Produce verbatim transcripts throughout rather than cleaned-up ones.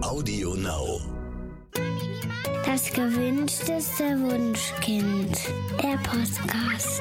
Audio Now. Das gewünschteste Wunschkind. Der Podcast.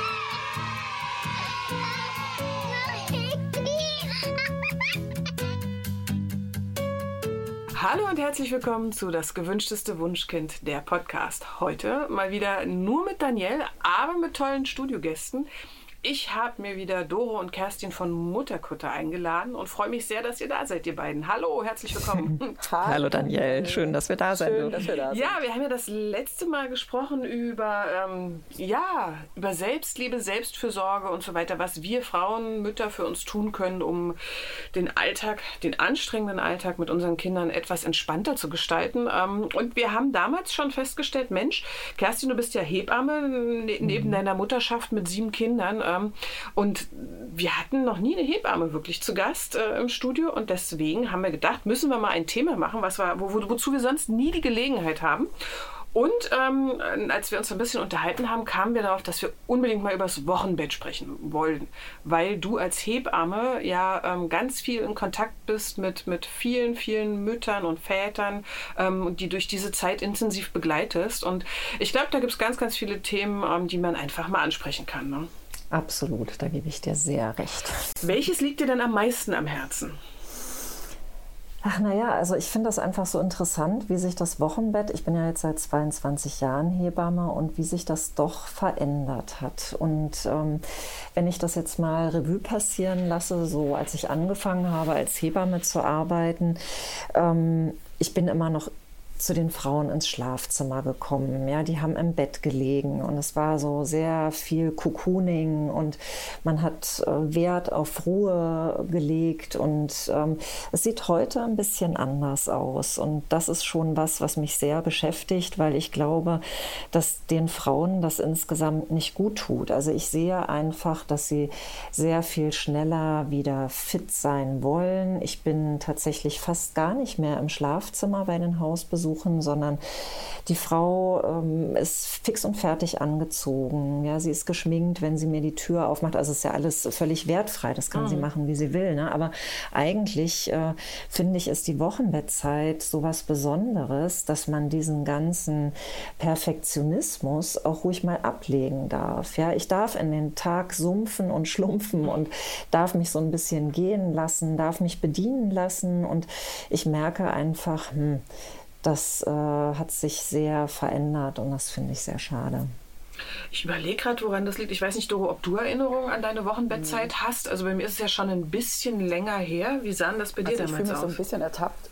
Hallo und herzlich willkommen zu Das gewünschteste Wunschkind, der Podcast. Heute mal wieder nur mit Danielle, aber mit tollen Studiogästen. Ich habe mir wieder Doro und Kerstin von Mutterkutter eingeladen und freue mich sehr, dass ihr da seid, ihr beiden. Hallo, herzlich willkommen. Hallo Danielle, schön, dass wir da sein Schön, dürfen. dass wir da sind. Ja, wir haben ja das letzte Mal gesprochen über, ähm, ja, über Selbstliebe, Selbstfürsorge und so weiter, was wir Frauen, Mütter für uns tun können, um den Alltag, den anstrengenden Alltag mit unseren Kindern etwas entspannter zu gestalten. Ähm, und wir haben damals schon festgestellt, Mensch, Kerstin, du bist ja Hebamme ne- neben mhm. deiner Mutterschaft mit sieben Kindern. Und wir hatten noch nie eine Hebamme wirklich zu Gast äh, im Studio und deswegen haben wir gedacht, müssen wir mal ein Thema machen, was wir, wo, wo, wozu wir sonst nie die Gelegenheit haben. Und ähm, als wir uns ein bisschen unterhalten haben, kamen wir darauf, dass wir unbedingt mal über das Wochenbett sprechen wollen, weil du als Hebamme ja ähm, ganz viel in Kontakt bist mit, mit vielen, vielen Müttern und Vätern, ähm, die durch diese Zeit intensiv begleitest. Und ich glaube, da gibt es ganz, ganz viele Themen, ähm, die man einfach mal ansprechen kann, ne? Absolut, da gebe ich dir sehr recht. Welches liegt dir denn am meisten am Herzen? Ach naja, also ich finde das einfach so interessant, wie sich das Wochenbett, ich bin ja jetzt seit zweiundzwanzig Jahren Hebamme und wie sich das doch verändert hat. Und ähm, wenn ich das jetzt mal Revue passieren lasse, so als ich angefangen habe als Hebamme zu arbeiten, ähm, ich bin immer noch zu den Frauen ins Schlafzimmer gekommen. Ja, die haben im Bett gelegen und es war so sehr viel Cocooning und man hat äh, Wert auf Ruhe gelegt und ähm, es sieht heute ein bisschen anders aus und das ist schon was, was mich sehr beschäftigt, weil ich glaube, dass den Frauen das insgesamt nicht gut tut. Also ich sehe einfach, dass sie sehr viel schneller wieder fit sein wollen. Ich bin tatsächlich fast gar nicht mehr im Schlafzimmer bei den Hausbesuchen, sondern die Frau ähm, ist fix und fertig angezogen. Ja, sie ist geschminkt, wenn sie mir die Tür aufmacht. Also ist ja alles völlig wertfrei. Das kann mhm. sie machen, wie sie will. Ne? Aber eigentlich äh, finde ich, ist die Wochenbettzeit so was Besonderes, dass man diesen ganzen Perfektionismus auch ruhig mal ablegen darf. Ja, ich darf in den Tag sumpfen und schlumpfen und darf mich so ein bisschen gehen lassen, darf mich bedienen lassen. Und ich merke einfach, hm, das äh, hat sich sehr verändert und das finde ich sehr schade. Ich überlege gerade, woran das liegt. Ich weiß nicht, Doro, ob du Erinnerungen an deine Wochenbettzeit mhm. hast. Also bei mir ist es ja schon ein bisschen länger her. Wie sah das bei dir also damals aus? Ich fühle mich so ein bisschen ertappt.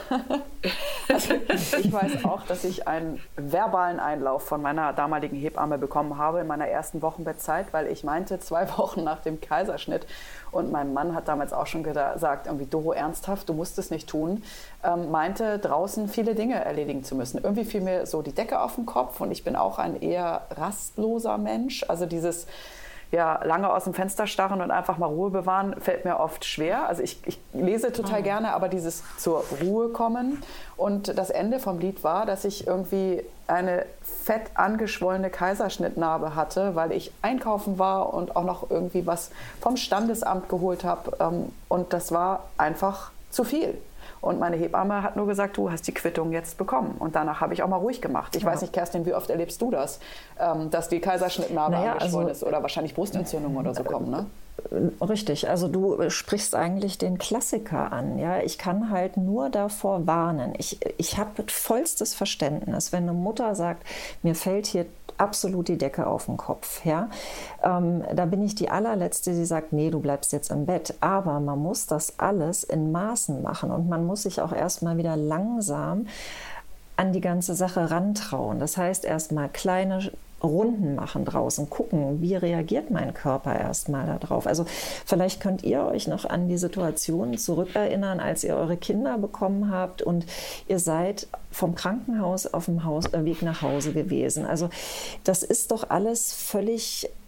Also ich weiß auch, dass ich einen verbalen Einlauf von meiner damaligen Hebamme bekommen habe in meiner ersten Wochenbettzeit, weil ich meinte, zwei Wochen nach dem Kaiserschnitt, und mein Mann hat damals auch schon gesagt, irgendwie, Doro, ernsthaft, du musst es nicht tun, ähm, meinte, draußen viele Dinge erledigen zu müssen. Irgendwie fiel mir so die Decke auf den Kopf und ich bin auch ein eher rastloser Mensch. Also dieses ja, lange aus dem Fenster starren und einfach mal Ruhe bewahren, fällt mir oft schwer. Also ich, ich lese total mhm. gerne, aber dieses zur Ruhe kommen. Und das Ende vom Lied war, dass ich irgendwie eine fett angeschwollene Kaiserschnittnarbe hatte, weil ich einkaufen war und auch noch irgendwie was vom Standesamt geholt habe. Und das war einfach zu viel. Und meine Hebamme hat nur gesagt, du hast die Quittung jetzt bekommen. Und danach habe ich auch mal ruhig gemacht. Ich ja. weiß nicht, Kerstin, wie oft erlebst du das, dass die Kaiserschnittnarbe naja, angeschwollen also, ist oder wahrscheinlich Brustentzündung oder so kommen, ne? Richtig, also du sprichst eigentlich den Klassiker an. Ja? Ich kann halt nur davor warnen. Ich, ich habe vollstes Verständnis, wenn eine Mutter sagt, mir fällt hier absolut die Decke auf den Kopf. Ja? Ähm, da bin ich die allerletzte, die sagt, nee, du bleibst jetzt im Bett. Aber man muss das alles in Maßen machen und man muss sich auch erstmal wieder langsam an die ganze Sache rantrauen. Das heißt, erstmal kleine Runden machen draußen, gucken, wie reagiert mein Körper erstmal darauf. Also vielleicht könnt ihr euch noch an die Situation zurückerinnern, als ihr eure Kinder bekommen habt und ihr seid vom Krankenhaus auf dem Haus, äh, Weg nach Hause gewesen. Also das ist doch alles völlig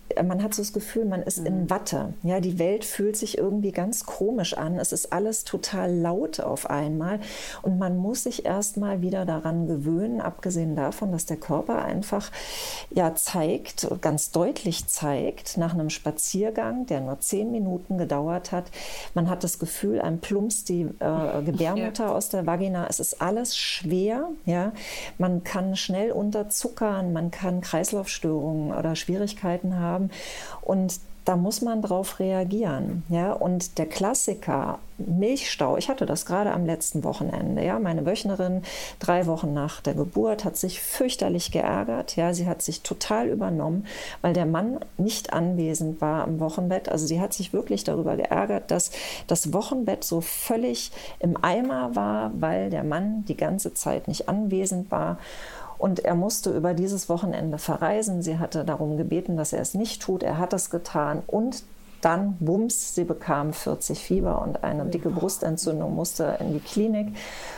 man hat so das Gefühl, man ist in Watte. Ja, die Welt fühlt sich irgendwie ganz komisch an. Es ist alles total laut auf einmal. Und man muss sich erst mal wieder daran gewöhnen, abgesehen davon, dass der Körper einfach ja, zeigt, ganz deutlich zeigt, nach einem Spaziergang, der nur zehn Minuten gedauert hat, man hat das Gefühl, einem plumpst die äh, Gebärmutter ja. aus der Vagina. Es ist alles schwer. Ja? Man kann schnell unterzuckern, man kann Kreislaufstörungen oder Schwierigkeiten haben. Und da muss man drauf reagieren. Ja? Und der Klassiker, Milchstau, ich hatte das gerade am letzten Wochenende. Ja? Meine Wöchnerin, drei Wochen nach der Geburt, hat sich fürchterlich geärgert. Ja? Sie hat sich total übernommen, weil der Mann nicht anwesend war am Wochenbett. Also sie hat sich wirklich darüber geärgert, dass das Wochenbett so völlig im Eimer war, weil der Mann die ganze Zeit nicht anwesend war. Und er musste über dieses Wochenende verreisen. Sie hatte darum gebeten, dass er es nicht tut. Er hat es getan. Und dann, bums, sie bekam vierzig Fieber und eine dicke Brustentzündung, musste in die Klinik.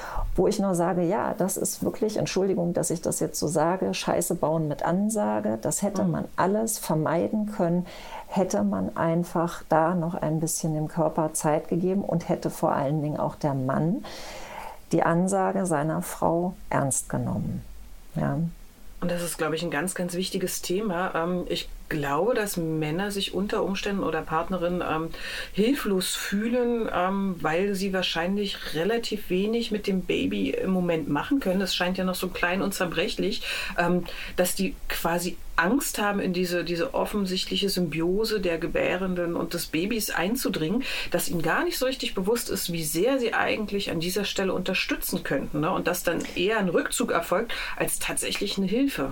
Wo ich nur sage, ja, das ist wirklich, Entschuldigung, dass ich das jetzt so sage, Scheiße bauen mit Ansage. Das hätte man alles vermeiden können, hätte man einfach da noch ein bisschen dem Körper Zeit gegeben und hätte vor allen Dingen auch der Mann die Ansage seiner Frau ernst genommen. Ja. Und das ist, glaube ich, ein ganz, ganz wichtiges Thema. Ich glaube, dass Männer sich unter Umständen oder Partnerinnen ähm, hilflos fühlen, ähm, weil sie wahrscheinlich relativ wenig mit dem Baby im Moment machen können. Es scheint ja noch so klein und zerbrechlich, ähm, dass die quasi Angst haben, in diese, diese offensichtliche Symbiose der Gebärenden und des Babys einzudringen, dass ihnen gar nicht so richtig bewusst ist, wie sehr sie eigentlich an dieser Stelle unterstützen könnten, ne? Und dass dann eher ein Rückzug erfolgt, als tatsächlich eine Hilfe.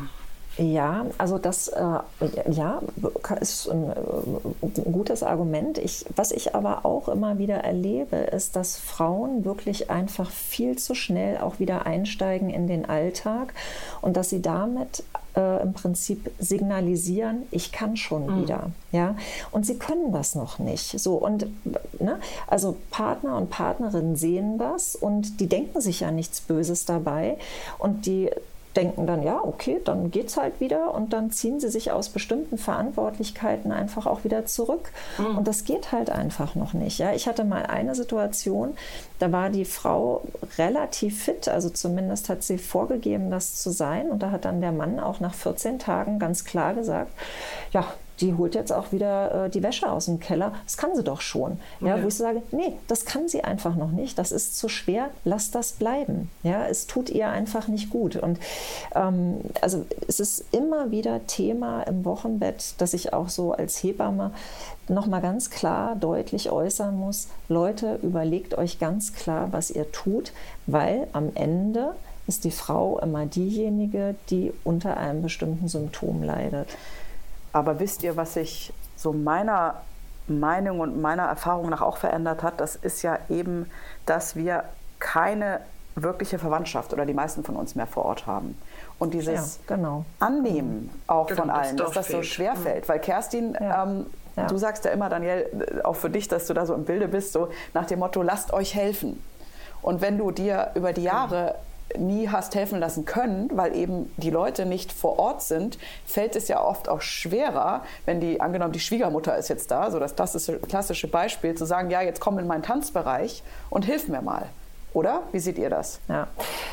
Ja, also das äh, ja, ist ein, ein gutes Argument. Ich, was ich aber auch immer wieder erlebe, ist, dass Frauen wirklich einfach viel zu schnell auch wieder einsteigen in den Alltag und dass sie damit äh, im Prinzip signalisieren, ich kann schon mhm. wieder. Ja? Und sie können das noch nicht. So, und, ne? Also Partner und Partnerinnen sehen das und die denken sich ja nichts Böses dabei und die denken dann, ja, okay, dann geht's halt wieder und dann ziehen sie sich aus bestimmten Verantwortlichkeiten einfach auch wieder zurück. Mhm. Und das geht halt einfach noch nicht. Ja, ich hatte mal eine Situation, da war die Frau relativ fit, also zumindest hat sie vorgegeben, das zu sein. Und da hat dann der Mann auch nach vierzehn Tagen ganz klar gesagt, ja, die holt jetzt auch wieder äh, die Wäsche aus dem Keller. Das kann sie doch schon. Ja, ja. Wo ich sage, nee, das kann sie einfach noch nicht. Das ist zu schwer. Lass das bleiben. Ja, es tut ihr einfach nicht gut. Und ähm, also es ist immer wieder Thema im Wochenbett, dass ich auch so als Hebamme nochmal ganz klar, deutlich äußern muss. Leute, überlegt euch ganz klar, was ihr tut, weil am Ende ist die Frau immer diejenige, die unter einem bestimmten Symptom leidet. Aber wisst ihr, was sich so meiner Meinung und meiner Erfahrung nach auch verändert hat? Das ist ja eben, dass wir keine wirkliche Verwandtschaft oder die meisten von uns mehr vor Ort haben. Und dieses ja, genau. Annehmen auch genau, von allen, das dass das fehlt. so schwer fällt. Mhm. Weil Kerstin, ja. Ähm, ja. du sagst ja immer, Danielle, auch für dich, dass du da so im Bilde bist, so nach dem Motto, lasst euch helfen. Und wenn du dir über die Jahre nie hast helfen lassen können, weil eben die Leute nicht vor Ort sind, fällt es ja oft auch schwerer, wenn die, angenommen die Schwiegermutter ist jetzt da, so das klassische, klassische Beispiel, zu sagen, ja, jetzt komm in meinen Tanzbereich und hilf mir mal. Oder? Wie seht ihr das? Ja,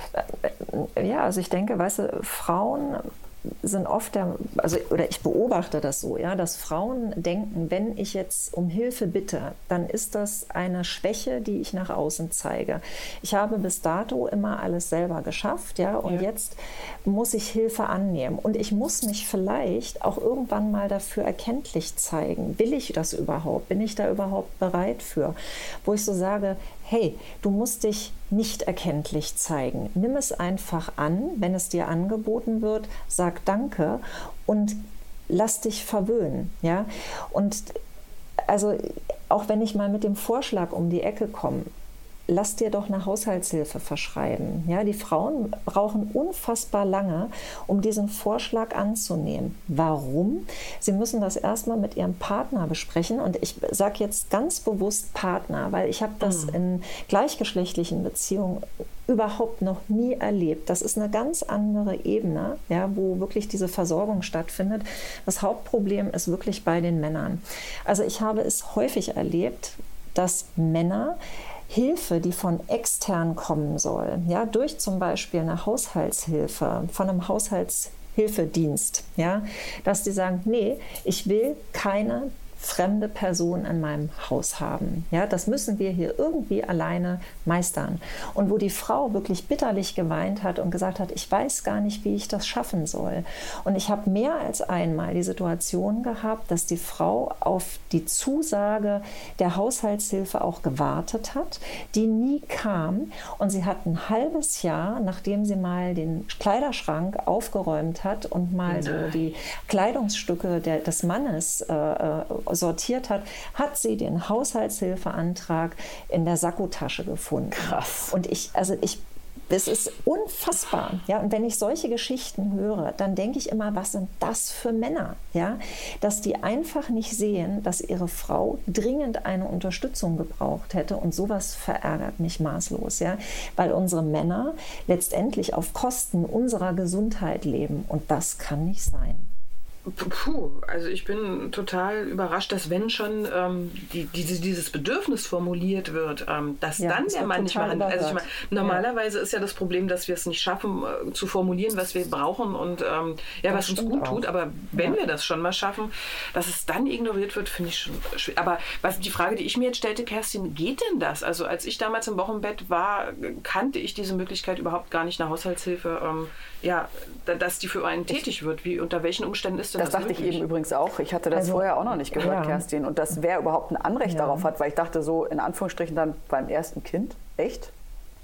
ja, also ich denke, weißt du, Frauen sind oft der, also oder ich beobachte das so, ja, dass Frauen denken, wenn ich jetzt um Hilfe bitte, dann ist das eine Schwäche, die ich nach außen zeige. Ich habe bis dato immer alles selber geschafft, ja, und ja. jetzt muss ich Hilfe annehmen und ich muss mich vielleicht auch irgendwann mal dafür erkenntlich zeigen. Will ich das überhaupt? Bin ich da überhaupt bereit für? Wo ich so sage, hey, du musst dich nicht erkenntlich zeigen. Nimm es einfach an, wenn es dir angeboten wird, sag Danke und lass dich verwöhnen. Ja? Und also auch wenn ich mal mit dem Vorschlag um die Ecke komme, lass dir doch eine Haushaltshilfe verschreiben. Ja, die Frauen brauchen unfassbar lange, um diesen Vorschlag anzunehmen. Warum? Sie müssen das erstmal mit ihrem Partner besprechen. Und ich sage jetzt ganz bewusst Partner, weil ich habe das mhm. in gleichgeschlechtlichen Beziehungen überhaupt noch nie erlebt. Das ist eine ganz andere Ebene, ja, wo wirklich diese Versorgung stattfindet. Das Hauptproblem ist wirklich bei den Männern. Also ich habe es häufig erlebt, dass Männer Hilfe, die von extern kommen soll, ja, durch zum Beispiel eine Haushaltshilfe, von einem Haushaltshilfedienst, ja, dass die sagen, nee, ich will keine fremde Person in meinem Haus haben. Ja, das müssen wir hier irgendwie alleine meistern. Und wo die Frau wirklich bitterlich geweint hat und gesagt hat, ich weiß gar nicht, wie ich das schaffen soll. Und ich habe mehr als einmal die Situation gehabt, dass die Frau auf die Zusage der Haushaltshilfe auch gewartet hat, die nie kam. Und sie hat ein halbes Jahr, nachdem sie mal den Kleiderschrank aufgeräumt hat und mal so die Kleidungsstücke der, des Mannes äh, sortiert hat, hat sie den Haushaltshilfeantrag in der Sakkotasche gefunden. Krass. Und ich, also ich, es ist unfassbar. Ja, und wenn ich solche Geschichten höre, dann denke ich immer, was sind das für Männer? Ja, dass die einfach nicht sehen, dass ihre Frau dringend eine Unterstützung gebraucht hätte. Und sowas verärgert mich maßlos. Ja, weil unsere Männer letztendlich auf Kosten unserer Gesundheit leben. Und das kann nicht sein. Puh, also ich bin total überrascht, dass wenn schon ähm, die, diese, dieses Bedürfnis formuliert wird, ähm, dass ja, dann der Mann nicht mehr handelt. Also ich meine, normalerweise ja. ist ja das Problem, dass wir es nicht schaffen, äh, zu formulieren, was wir brauchen und ähm, ja, das was uns gut auch. tut. Aber wenn ja. wir das schon mal schaffen, dass es dann ignoriert wird, finde ich schon schwierig. Aber was, die Frage, die ich mir jetzt stellte, Kerstin, geht denn das? Also als ich damals im Wochenbett war, kannte ich diese Möglichkeit überhaupt gar nicht, eine Haushaltshilfe, ähm, ja, dass die für einen tätig wird. Wie, unter welchen Umständen ist Das, das dachte möglich? Ich eben übrigens auch. Ich hatte das also, vorher auch noch nicht gehört, ja. Kerstin. Und dass wer überhaupt ein Anrecht ja. darauf hat, weil ich dachte so in Anführungsstrichen dann beim ersten Kind, echt?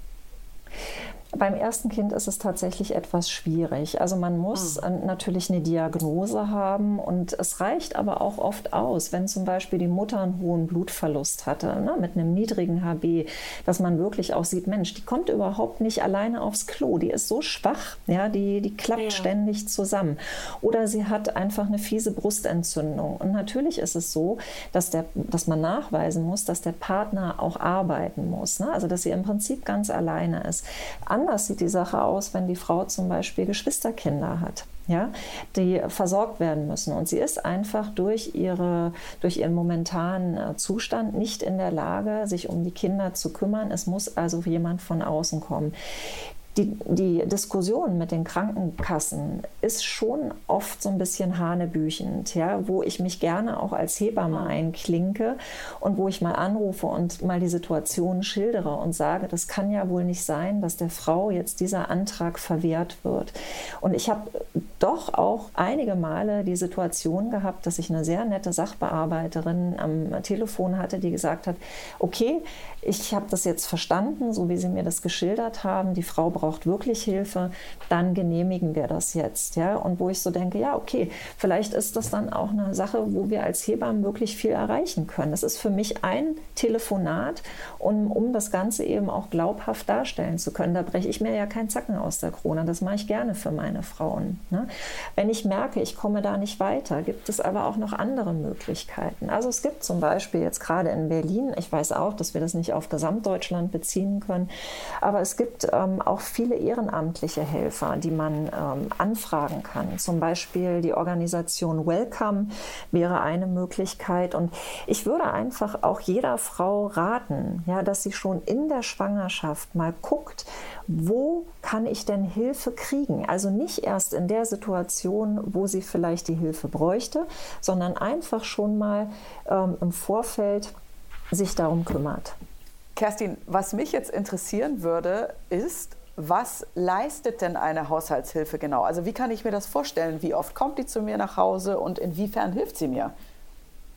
Beim ersten Kind ist es tatsächlich etwas schwierig. Also man muss mhm. natürlich eine Diagnose haben und es reicht aber auch oft aus, wenn zum Beispiel die Mutter einen hohen Blutverlust hatte, ne, mit einem niedrigen H B, dass man wirklich auch sieht, Mensch, die kommt überhaupt nicht alleine aufs Klo, die ist so schwach, ja, die, die klappt ja. ständig zusammen. Oder sie hat einfach eine fiese Brustentzündung. Und natürlich ist es so, dass, der, dass man nachweisen muss, dass der Partner auch arbeiten muss, ne? Also dass sie im Prinzip ganz alleine ist. Anders sieht die Sache aus, wenn die Frau zum Beispiel Geschwisterkinder hat, ja, die versorgt werden müssen. Und sie ist einfach durch, ihre, durch ihren momentanen Zustand nicht in der Lage, sich um die Kinder zu kümmern. Es muss also jemand von außen kommen. Die, die Diskussion mit den Krankenkassen ist schon oft so ein bisschen hanebüchend, ja, wo ich mich gerne auch als Hebamme einklinke und wo ich mal anrufe und mal die Situation schildere und sage, das kann ja wohl nicht sein, dass der Frau jetzt dieser Antrag verwehrt wird. Und ich habe doch auch einige Male die Situation gehabt, dass ich eine sehr nette Sachbearbeiterin am Telefon hatte, die gesagt hat, okay, ich habe das jetzt verstanden, so wie Sie mir das geschildert haben, die Frau braucht wirklich Hilfe, dann genehmigen wir das jetzt. Ja? Und wo ich so denke, ja, okay, vielleicht ist das dann auch eine Sache, wo wir als Hebammen wirklich viel erreichen können. Das ist für mich ein Telefonat, um, um das Ganze eben auch glaubhaft darstellen zu können. Da breche ich mir ja keinen Zacken aus der Krone. Das mache ich gerne für meine Frauen. Ne? Wenn ich merke, ich komme da nicht weiter, gibt es aber auch noch andere Möglichkeiten. Also es gibt zum Beispiel jetzt gerade in Berlin, ich weiß auch, dass wir das nicht auf Gesamtdeutschland beziehen können, aber es gibt ähm, auch viele ehrenamtliche Helfer, die man ähm, anfragen kann. Zum Beispiel die Organisation Welcome wäre eine Möglichkeit. Und ich würde einfach auch jeder Frau raten, ja, dass sie schon in der Schwangerschaft mal guckt, wo kann ich denn Hilfe kriegen? Also nicht erst in der Situation, wo sie vielleicht die Hilfe bräuchte, sondern einfach schon mal ähm, im Vorfeld sich darum kümmert. Kerstin, was mich jetzt interessieren würde, ist, was leistet denn eine Haushaltshilfe genau? Also wie kann ich mir das vorstellen? Wie oft kommt die zu mir nach Hause und inwiefern hilft sie mir?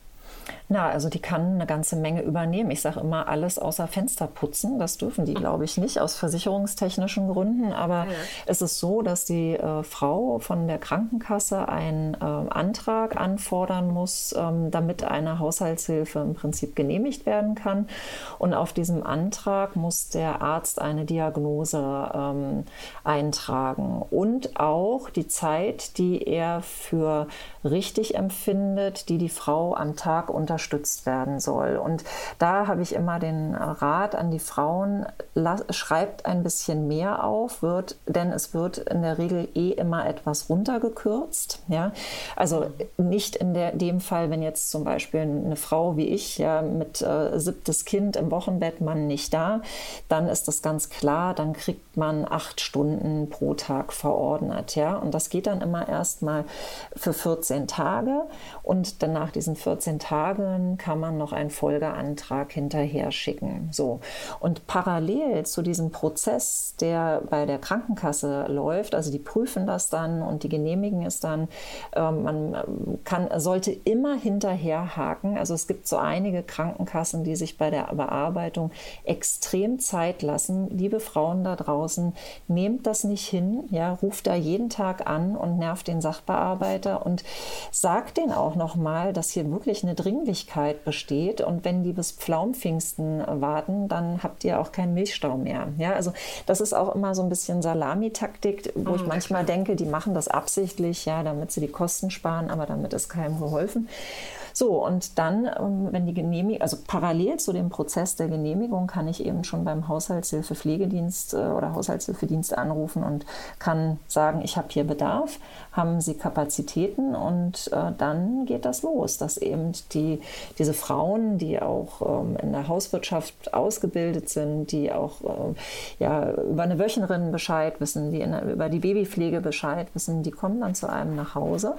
Na, also die kann eine ganze Menge übernehmen. Ich sage immer, alles außer Fenster putzen. Das dürfen die, glaube ich, nicht, aus versicherungstechnischen Gründen. Aber ja. es ist so, dass die äh, Frau von der Krankenkasse einen äh, Antrag anfordern muss, ähm, damit eine Haushaltshilfe im Prinzip genehmigt werden kann. Und auf diesem Antrag muss der Arzt eine Diagnose ähm, eintragen und auch die Zeit, die er für richtig empfindet, die die Frau am Tag unterstützt werden soll. Und da habe ich immer den Rat an die Frauen, schreibt ein bisschen mehr auf, wird, denn es wird in der Regel eh immer etwas runtergekürzt. Ja? Also nicht in der, dem Fall, wenn jetzt zum Beispiel eine Frau wie ich, ja, mit äh, siebtes Kind im Wochenbett, Mann nicht da, dann ist das ganz klar, dann kriegt man acht Stunden pro Tag verordnet. Ja? Und das geht dann immer erstmal für vierzehn Tage und dann nach diesen vierzehn Tagen kann man noch einen Folgeantrag hinterher schicken. So. Und parallel zu diesem Prozess, der bei der Krankenkasse läuft, also die prüfen das dann und die genehmigen es dann, äh, man kann, sollte immer hinterher haken. Also es gibt so einige Krankenkassen, die sich bei der Bearbeitung extrem Zeit lassen. Liebe Frauen da draußen, nehmt das nicht hin, ja, ruft da jeden Tag an und nervt den Sachbearbeiter und sagt denen auch nochmal, dass hier wirklich eine Dringlichkeit besteht und wenn die bis Pflaumpfingsten warten, dann habt ihr auch keinen Milchstau mehr. Ja, also das ist auch immer so ein bisschen Salamitaktik, wo mhm, ich manchmal klar. denke, die machen das absichtlich, ja, damit sie die Kosten sparen, aber damit ist keinem geholfen. So, und dann, wenn die Genehmigung, also parallel zu dem Prozess der Genehmigung kann ich eben schon beim Haushaltshilfe-Pflegedienst oder Haushaltshilfedienst anrufen und kann sagen, ich habe hier Bedarf, haben Sie Kapazitäten und äh, dann geht das los, dass eben die, diese Frauen, die auch ähm, in der Hauswirtschaft ausgebildet sind, die auch äh, ja, über eine Wöchnerin Bescheid wissen, die in, über die Babypflege Bescheid wissen, die kommen dann zu einem nach Hause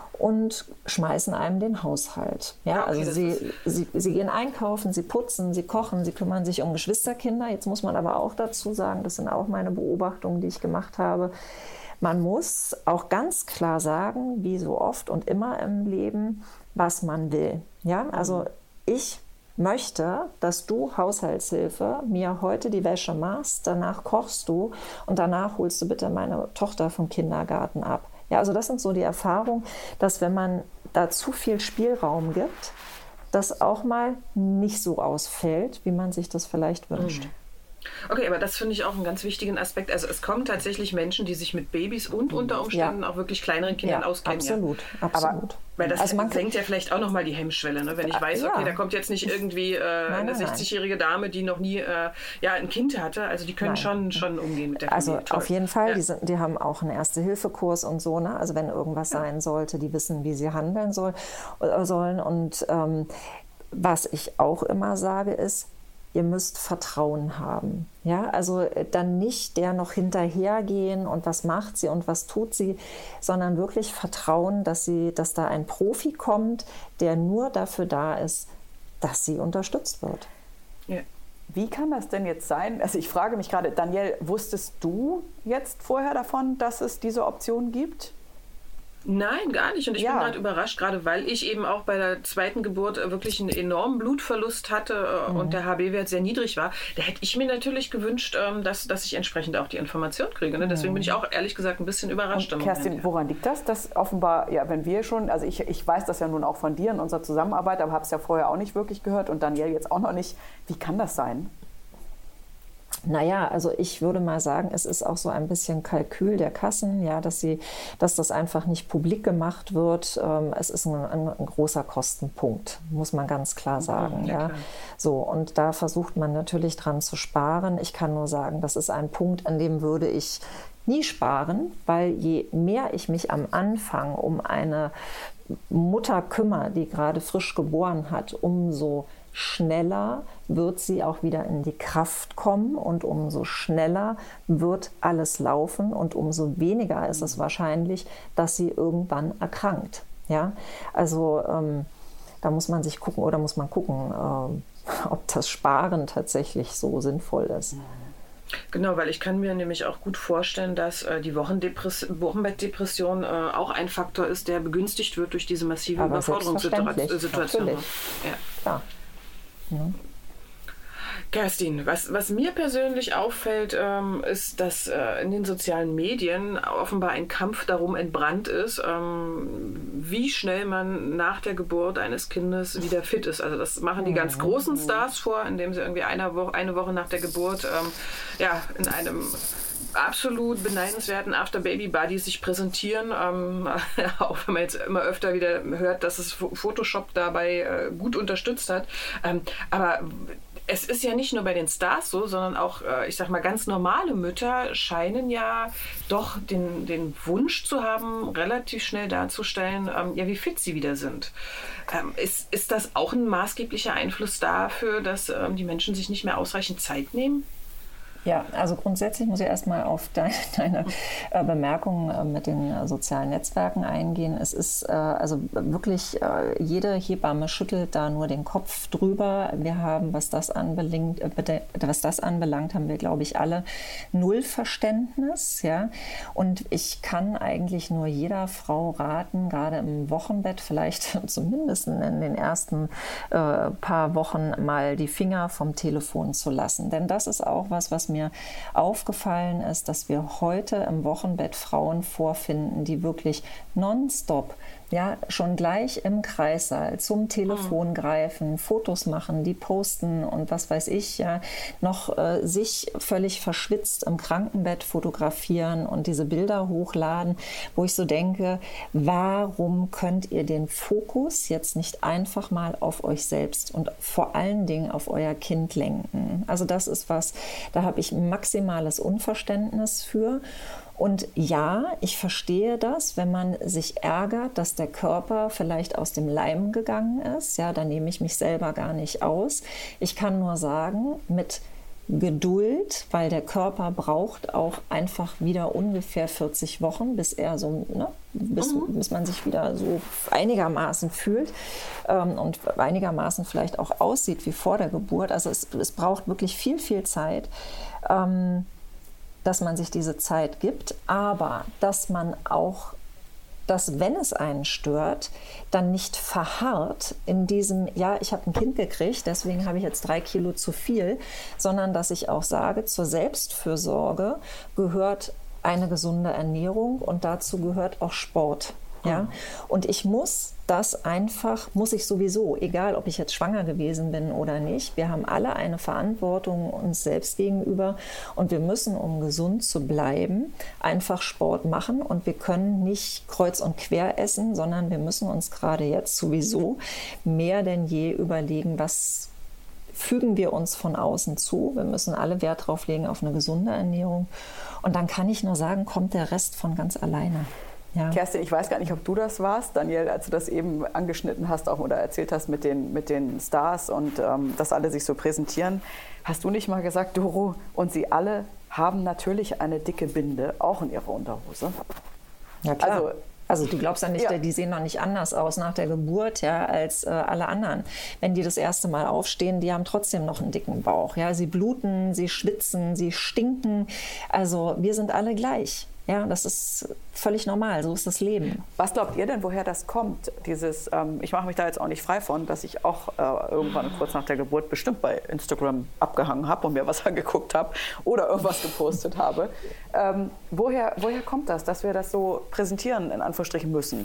und schmeißen einem den Haushalt. Ja, okay, also sie, sie, sie gehen einkaufen, sie putzen, sie kochen, sie kümmern sich um Geschwisterkinder. Jetzt muss man aber auch dazu sagen, das sind auch meine Beobachtungen, die ich gemacht habe, man muss auch ganz klar sagen, wie so oft und immer im Leben, was man will. Ja, also ich möchte, dass du Haushaltshilfe mir heute die Wäsche machst, danach kochst du und danach holst du bitte meine Tochter vom Kindergarten ab. Ja, also das sind so die Erfahrungen, dass wenn man da zu viel Spielraum gibt, das auch mal nicht so ausfällt, wie man sich das vielleicht wünscht. Mhm. Okay, aber das finde ich auch einen ganz wichtigen Aspekt. Also es kommen tatsächlich Menschen, die sich mit Babys und unter Umständen ja. auch wirklich kleineren Kindern ja, auskennen. Absolut, ja. absolut. Aber, weil das also man senkt ja vielleicht auch nochmal die Hemmschwelle, ne? Wenn ich weiß, okay, ja. da kommt jetzt nicht irgendwie äh, nein, eine sechzigjährige Dame, die noch nie äh, ja, ein Kind hatte. Also die können schon, schon umgehen mit der Familie. Also Toll. Auf jeden Fall, ja. die, sind, die haben auch einen Erste-Hilfe-Kurs und so. Ne? Also wenn irgendwas ja. sein sollte, die wissen, wie sie handeln soll, äh, sollen. Und ähm, was ich auch immer sage ist, ihr müsst Vertrauen haben. Ja, also dann nicht der noch hinterhergehen und was macht sie und was tut sie, sondern wirklich Vertrauen, dass sie, dass da ein Profi kommt, der nur dafür da ist, dass sie unterstützt wird. Ja. Wie kann das denn jetzt sein? Also ich frage mich gerade, Danielle, wusstest du jetzt vorher davon, dass es diese Option gibt? Nein, gar nicht. Und ich ja. bin gerade überrascht, gerade weil ich eben auch bei der zweiten Geburt wirklich einen enormen Blutverlust hatte mhm. und der H B-Wert sehr niedrig war. Da hätte ich mir natürlich gewünscht, dass, dass ich entsprechend auch die Information kriege. Ne? Deswegen bin ich auch ehrlich gesagt ein bisschen überrascht. Und Kerstin, Moment, ja. woran liegt das? Dass offenbar, ja, wenn wir schon, also ich, ich weiß das ja nun auch von dir in unserer Zusammenarbeit, aber habe es ja vorher auch nicht wirklich gehört und Danielle jetzt auch noch nicht. Wie kann das sein? Naja, also ich würde mal sagen, es ist auch so ein bisschen Kalkül der Kassen, ja, dass sie, dass das einfach nicht publik gemacht wird. Es ist ein, ein, ein großer Kostenpunkt, muss man ganz klar sagen. Ja, ja. Klar. So, und da versucht man natürlich dran zu sparen. Ich kann nur sagen, das ist ein Punkt, an dem würde ich nie sparen, weil je mehr ich mich am Anfang um eine Mutter kümmere, die gerade frisch geboren hat, umso schneller wird sie auch wieder in die Kraft kommen und umso schneller wird alles laufen und umso weniger ist es wahrscheinlich, dass sie irgendwann erkrankt. Ja? Also ähm, da muss man sich gucken oder muss man gucken, äh, ob das Sparen tatsächlich so sinnvoll ist. Genau, weil ich kann mir nämlich auch gut vorstellen, dass äh, die Wochendepress- Wochenbettdepression äh, auch ein Faktor ist, der begünstigt wird durch diese massive Aber Überforderungssituation. Ja. Klar. Ja. Kerstin, was, was mir persönlich auffällt, ähm, ist, dass äh, in den sozialen Medien offenbar ein Kampf darum entbrannt ist, ähm, wie schnell man nach der Geburt eines Kindes wieder fit ist. Also das machen die ganz großen Stars vor, indem sie irgendwie eine Woche, eine Woche nach der Geburt ähm, ja, in einem absolut beneidenswerten After-Baby-Body sich präsentieren, ähm, auch wenn man jetzt immer öfter wieder hört, dass es Photoshop dabei äh, gut unterstützt hat. Ähm, aber es ist ja nicht nur bei den Stars so, sondern auch, ich sag mal, ganz normale Mütter scheinen ja doch den, den Wunsch zu haben, relativ schnell darzustellen, ähm, ja, wie fit sie wieder sind. Ähm, ist, ist das auch ein maßgeblicher Einfluss dafür, dass ähm, die Menschen sich nicht mehr ausreichend Zeit nehmen? Ja, also grundsätzlich muss ich erstmal auf deine, deine äh, Bemerkungen äh, mit den äh, sozialen Netzwerken eingehen. Es ist äh, also wirklich, äh, jede Hebamme schüttelt da nur den Kopf drüber. Wir haben, was das anbelangt, äh, was das anbelangt, haben wir, glaube ich, alle null Verständnis. Ja? Und ich kann eigentlich nur jeder Frau raten, gerade im Wochenbett, vielleicht zumindest in den ersten äh, paar Wochen mal die Finger vom Telefon zu lassen. Denn das ist auch was, was mir aufgefallen ist, dass wir heute im Wochenbett Frauen vorfinden, die wirklich nonstop, ja, schon gleich im Kreissaal zum Telefon greifen, Fotos machen, die posten und was weiß ich, ja, noch äh, sich völlig verschwitzt im Krankenbett fotografieren und diese Bilder hochladen, wo ich so denke, warum könnt ihr den Fokus jetzt nicht einfach mal auf euch selbst und vor allen Dingen auf euer Kind lenken? Also das ist was, da habe ich maximales Unverständnis für. Und ja, ich verstehe das, wenn man sich ärgert, dass der Körper vielleicht aus dem Leim gegangen ist. Ja, da nehme ich mich selber gar nicht aus. Ich kann nur sagen, mit Geduld, weil der Körper braucht auch einfach wieder ungefähr vierzig Wochen, bis er so, ne, bis, mhm. bis man sich wieder so einigermaßen fühlt ähm, und einigermaßen vielleicht auch aussieht wie vor der Geburt. Also es, es braucht wirklich viel, viel Zeit. Ähm, dass man sich diese Zeit gibt, aber dass man auch, dass wenn es einen stört, dann nicht verharrt in diesem, ja, ich habe ein Kind gekriegt, deswegen habe ich jetzt drei Kilo zu viel, sondern dass ich auch sage, zur Selbstfürsorge gehört eine gesunde Ernährung und dazu gehört auch Sport. Ja? Und ich muss das einfach, muss ich sowieso, egal ob ich jetzt schwanger gewesen bin oder nicht, wir haben alle eine Verantwortung uns selbst gegenüber und wir müssen, um gesund zu bleiben, einfach Sport machen und wir können nicht kreuz und quer essen, sondern wir müssen uns gerade jetzt sowieso mehr denn je überlegen, was fügen wir uns von außen zu. Wir müssen alle Wert drauf legen auf eine gesunde Ernährung und dann kann ich nur sagen, kommt der Rest von ganz alleine. Ja. Kerstin, ich weiß gar nicht, ob du das warst, Daniel, als du das eben angeschnitten hast auch oder erzählt hast mit den, mit den Stars und ähm, dass alle sich so präsentieren. Hast du nicht mal gesagt, Doro, und sie alle haben natürlich eine dicke Binde, auch in ihrer Unterhose? Ja, klar. Also, Also du glaubst ja nicht, ja. die sehen noch nicht anders aus nach der Geburt, ja, als äh, alle anderen. Wenn die das erste Mal aufstehen, die haben trotzdem noch einen dicken Bauch. Ja, sie bluten, sie schwitzen, sie stinken. Also wir sind alle gleich. Ja, das ist völlig normal, so ist das Leben. Was glaubt ihr denn, woher das kommt? Dieses, ähm, ich mache mich da jetzt auch nicht frei von, dass ich auch äh, irgendwann kurz nach der Geburt bestimmt bei Instagram abgehangen habe und mir was angeguckt habe oder irgendwas gepostet habe. Ähm, woher, woher kommt das, dass wir das so präsentieren, in Anführungsstrichen, müssen?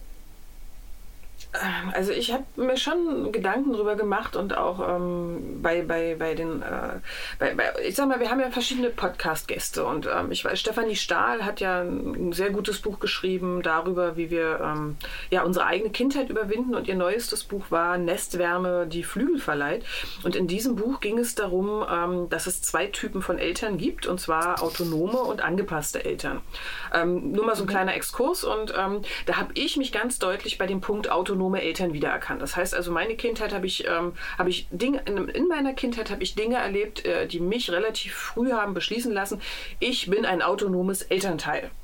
Also ich habe mir schon Gedanken drüber gemacht und auch ähm, bei, bei, bei den, äh, bei, bei, ich sag mal, wir haben ja verschiedene Podcast-Gäste und ähm, ich weiß, Stefanie Stahl hat ja ein sehr gutes Buch geschrieben darüber, wie wir ähm, ja, unsere eigene Kindheit überwinden und ihr neuestes Buch war Nestwärme, die Flügel verleiht und in diesem Buch ging es darum, ähm, dass es zwei Typen von Eltern gibt und zwar autonome und angepasste Eltern. Ähm, nur mal so ein kleiner Exkurs und ähm, da habe ich mich ganz deutlich bei dem Punkt autonome Eltern wiedererkannt. Das heißt also, meine Kindheit habe ich, ähm, habe ich Dinge, in, in meiner Kindheit habe ich Dinge erlebt, äh, die mich relativ früh haben beschließen lassen, ich bin ein autonomes Elternteil.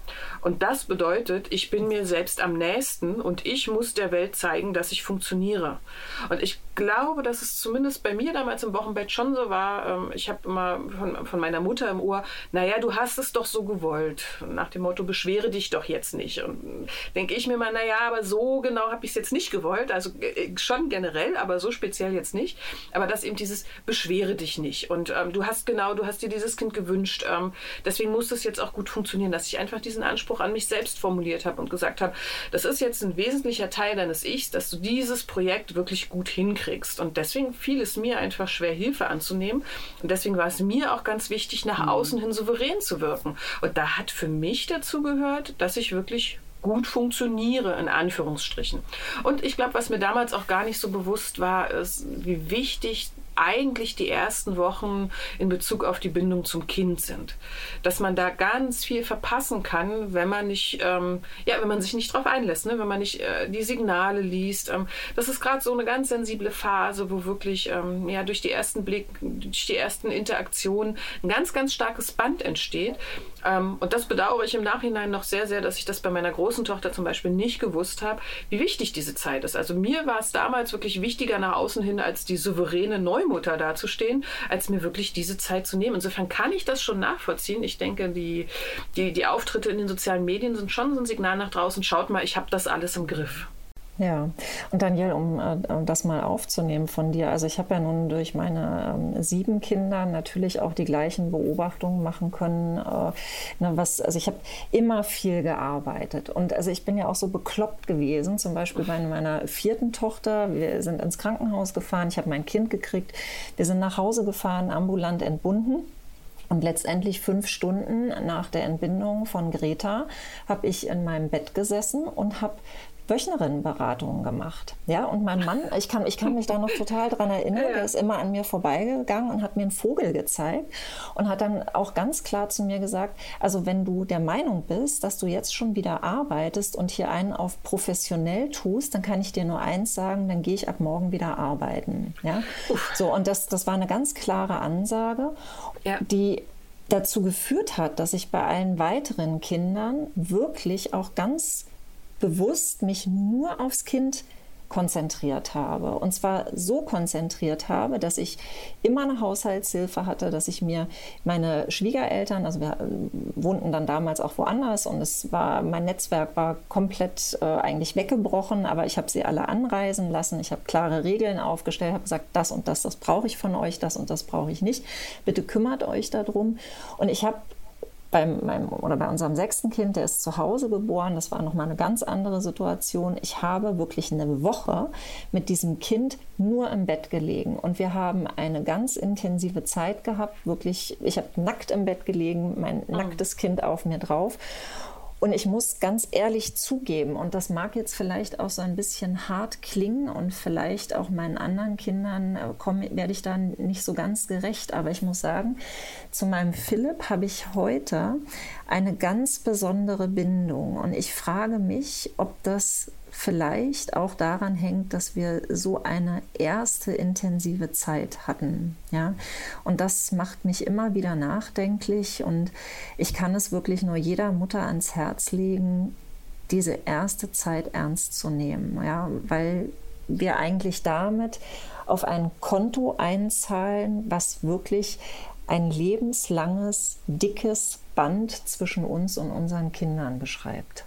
Und das bedeutet, ich bin mir selbst am nächsten und ich muss der Welt zeigen, dass ich funktioniere. Und ich glaube, dass es zumindest bei mir damals im Wochenbett schon so war. Ich habe immer von, von meiner Mutter im Ohr, naja, du hast es doch so gewollt. Nach dem Motto, beschwere dich doch jetzt nicht. Und denke ich mir mal, naja, aber so genau habe ich es jetzt nicht gewollt. Also schon generell, aber so speziell jetzt nicht. Aber dass eben dieses beschwere dich nicht. Und ähm, du hast genau, du hast dir dieses Kind gewünscht. Ähm, deswegen muss das jetzt auch gut funktionieren, dass ich einfach diesen Anspruch an mich selbst formuliert habe und gesagt habe, das ist jetzt ein wesentlicher Teil deines Ichs, dass du dieses Projekt wirklich gut hinkriegst. Und deswegen fiel es mir einfach schwer, Hilfe anzunehmen. Und deswegen war es mir auch ganz wichtig, nach mhm. außen hin souverän zu wirken. Und da hat für mich dazu gehört, dass ich wirklich gut funktioniere, in Anführungsstrichen. Und ich glaube, was mir damals auch gar nicht so bewusst war, ist, wie wichtig eigentlich die ersten Wochen in Bezug auf die Bindung zum Kind sind. Dass man da ganz viel verpassen kann, wenn man nicht, ähm, ja, wenn man sich nicht drauf einlässt, ne? Wenn man nicht äh, die Signale liest. Ähm, das ist gerade so eine ganz sensible Phase, wo wirklich ähm, ja, durch die ersten Blick, durch die ersten Interaktionen ein ganz, ganz starkes Band entsteht. Ähm, und das bedauere ich im Nachhinein noch sehr, sehr, dass ich das bei meiner großen Tochter zum Beispiel nicht gewusst habe, wie wichtig diese Zeit ist. Also mir war es damals wirklich wichtiger nach außen hin, als die souveräne Neumutter dazustehen, als mir wirklich diese Zeit zu nehmen. Insofern kann ich das schon nachvollziehen. Ich denke, die, die, die Auftritte in den sozialen Medien sind schon so ein Signal nach draußen. Schaut mal, ich habe das alles im Griff. Ja, und Danielle, um äh, das mal aufzunehmen von dir, also ich habe ja nun durch meine ähm, sieben Kinder natürlich auch die gleichen Beobachtungen machen können, äh, ne, was, also ich habe immer viel gearbeitet und also ich bin ja auch so bekloppt gewesen, zum Beispiel bei meiner vierten Tochter, wir sind ins Krankenhaus gefahren, ich habe mein Kind gekriegt, wir sind nach Hause gefahren, ambulant entbunden. Und letztendlich fünf Stunden nach der Entbindung von Greta habe ich in meinem Bett gesessen und habe Wöchnerinnenberatungen gemacht. Ja, und mein Mann, ich kann, ich kann mich da noch total dran erinnern, der ist immer an mir vorbeigegangen und hat mir einen Vogel gezeigt und hat dann auch ganz klar zu mir gesagt, also wenn du der Meinung bist, dass du jetzt schon wieder arbeitest und hier einen auf professionell tust, dann kann ich dir nur eins sagen, dann gehe ich ab morgen wieder arbeiten. Ja, so, und das, das war eine ganz klare Ansage, ja, die dazu geführt hat, dass ich bei allen weiteren Kindern wirklich auch ganz bewusst mich nur aufs Kind konzentriert habe. Und zwar so konzentriert habe, dass ich immer eine Haushaltshilfe hatte, dass ich mir meine Schwiegereltern, also wir wohnten dann damals auch woanders und es war, mein Netzwerk war komplett äh, eigentlich weggebrochen, aber ich habe sie alle anreisen lassen. Ich habe klare Regeln aufgestellt, habe gesagt, das und das, das brauche ich von euch, das und das brauche ich nicht. Bitte kümmert euch darum. Und ich habe Bei, meinem, oder bei unserem sechsten Kind, der ist zu Hause geboren, das war nochmal eine ganz andere Situation. Ich habe wirklich eine Woche mit diesem Kind nur im Bett gelegen und wir haben eine ganz intensive Zeit gehabt, wirklich, ich habe nackt im Bett gelegen, mein oh. nacktes Kind auf mir drauf. Und ich muss ganz ehrlich zugeben, und das mag jetzt vielleicht auch so ein bisschen hart klingen und vielleicht auch meinen anderen Kindern komm, werde ich da nicht so ganz gerecht, aber ich muss sagen, zu meinem Philipp habe ich heute eine ganz besondere Bindung. Und ich frage mich, ob das vielleicht auch daran hängt, dass wir so eine erste intensive Zeit hatten. Ja? Und das macht mich immer wieder nachdenklich und ich kann es wirklich nur jeder Mutter ans Herz legen, diese erste Zeit ernst zu nehmen, ja? Weil wir eigentlich damit auf ein Konto einzahlen, was wirklich ein lebenslanges, dickes Band zwischen uns und unseren Kindern beschreibt.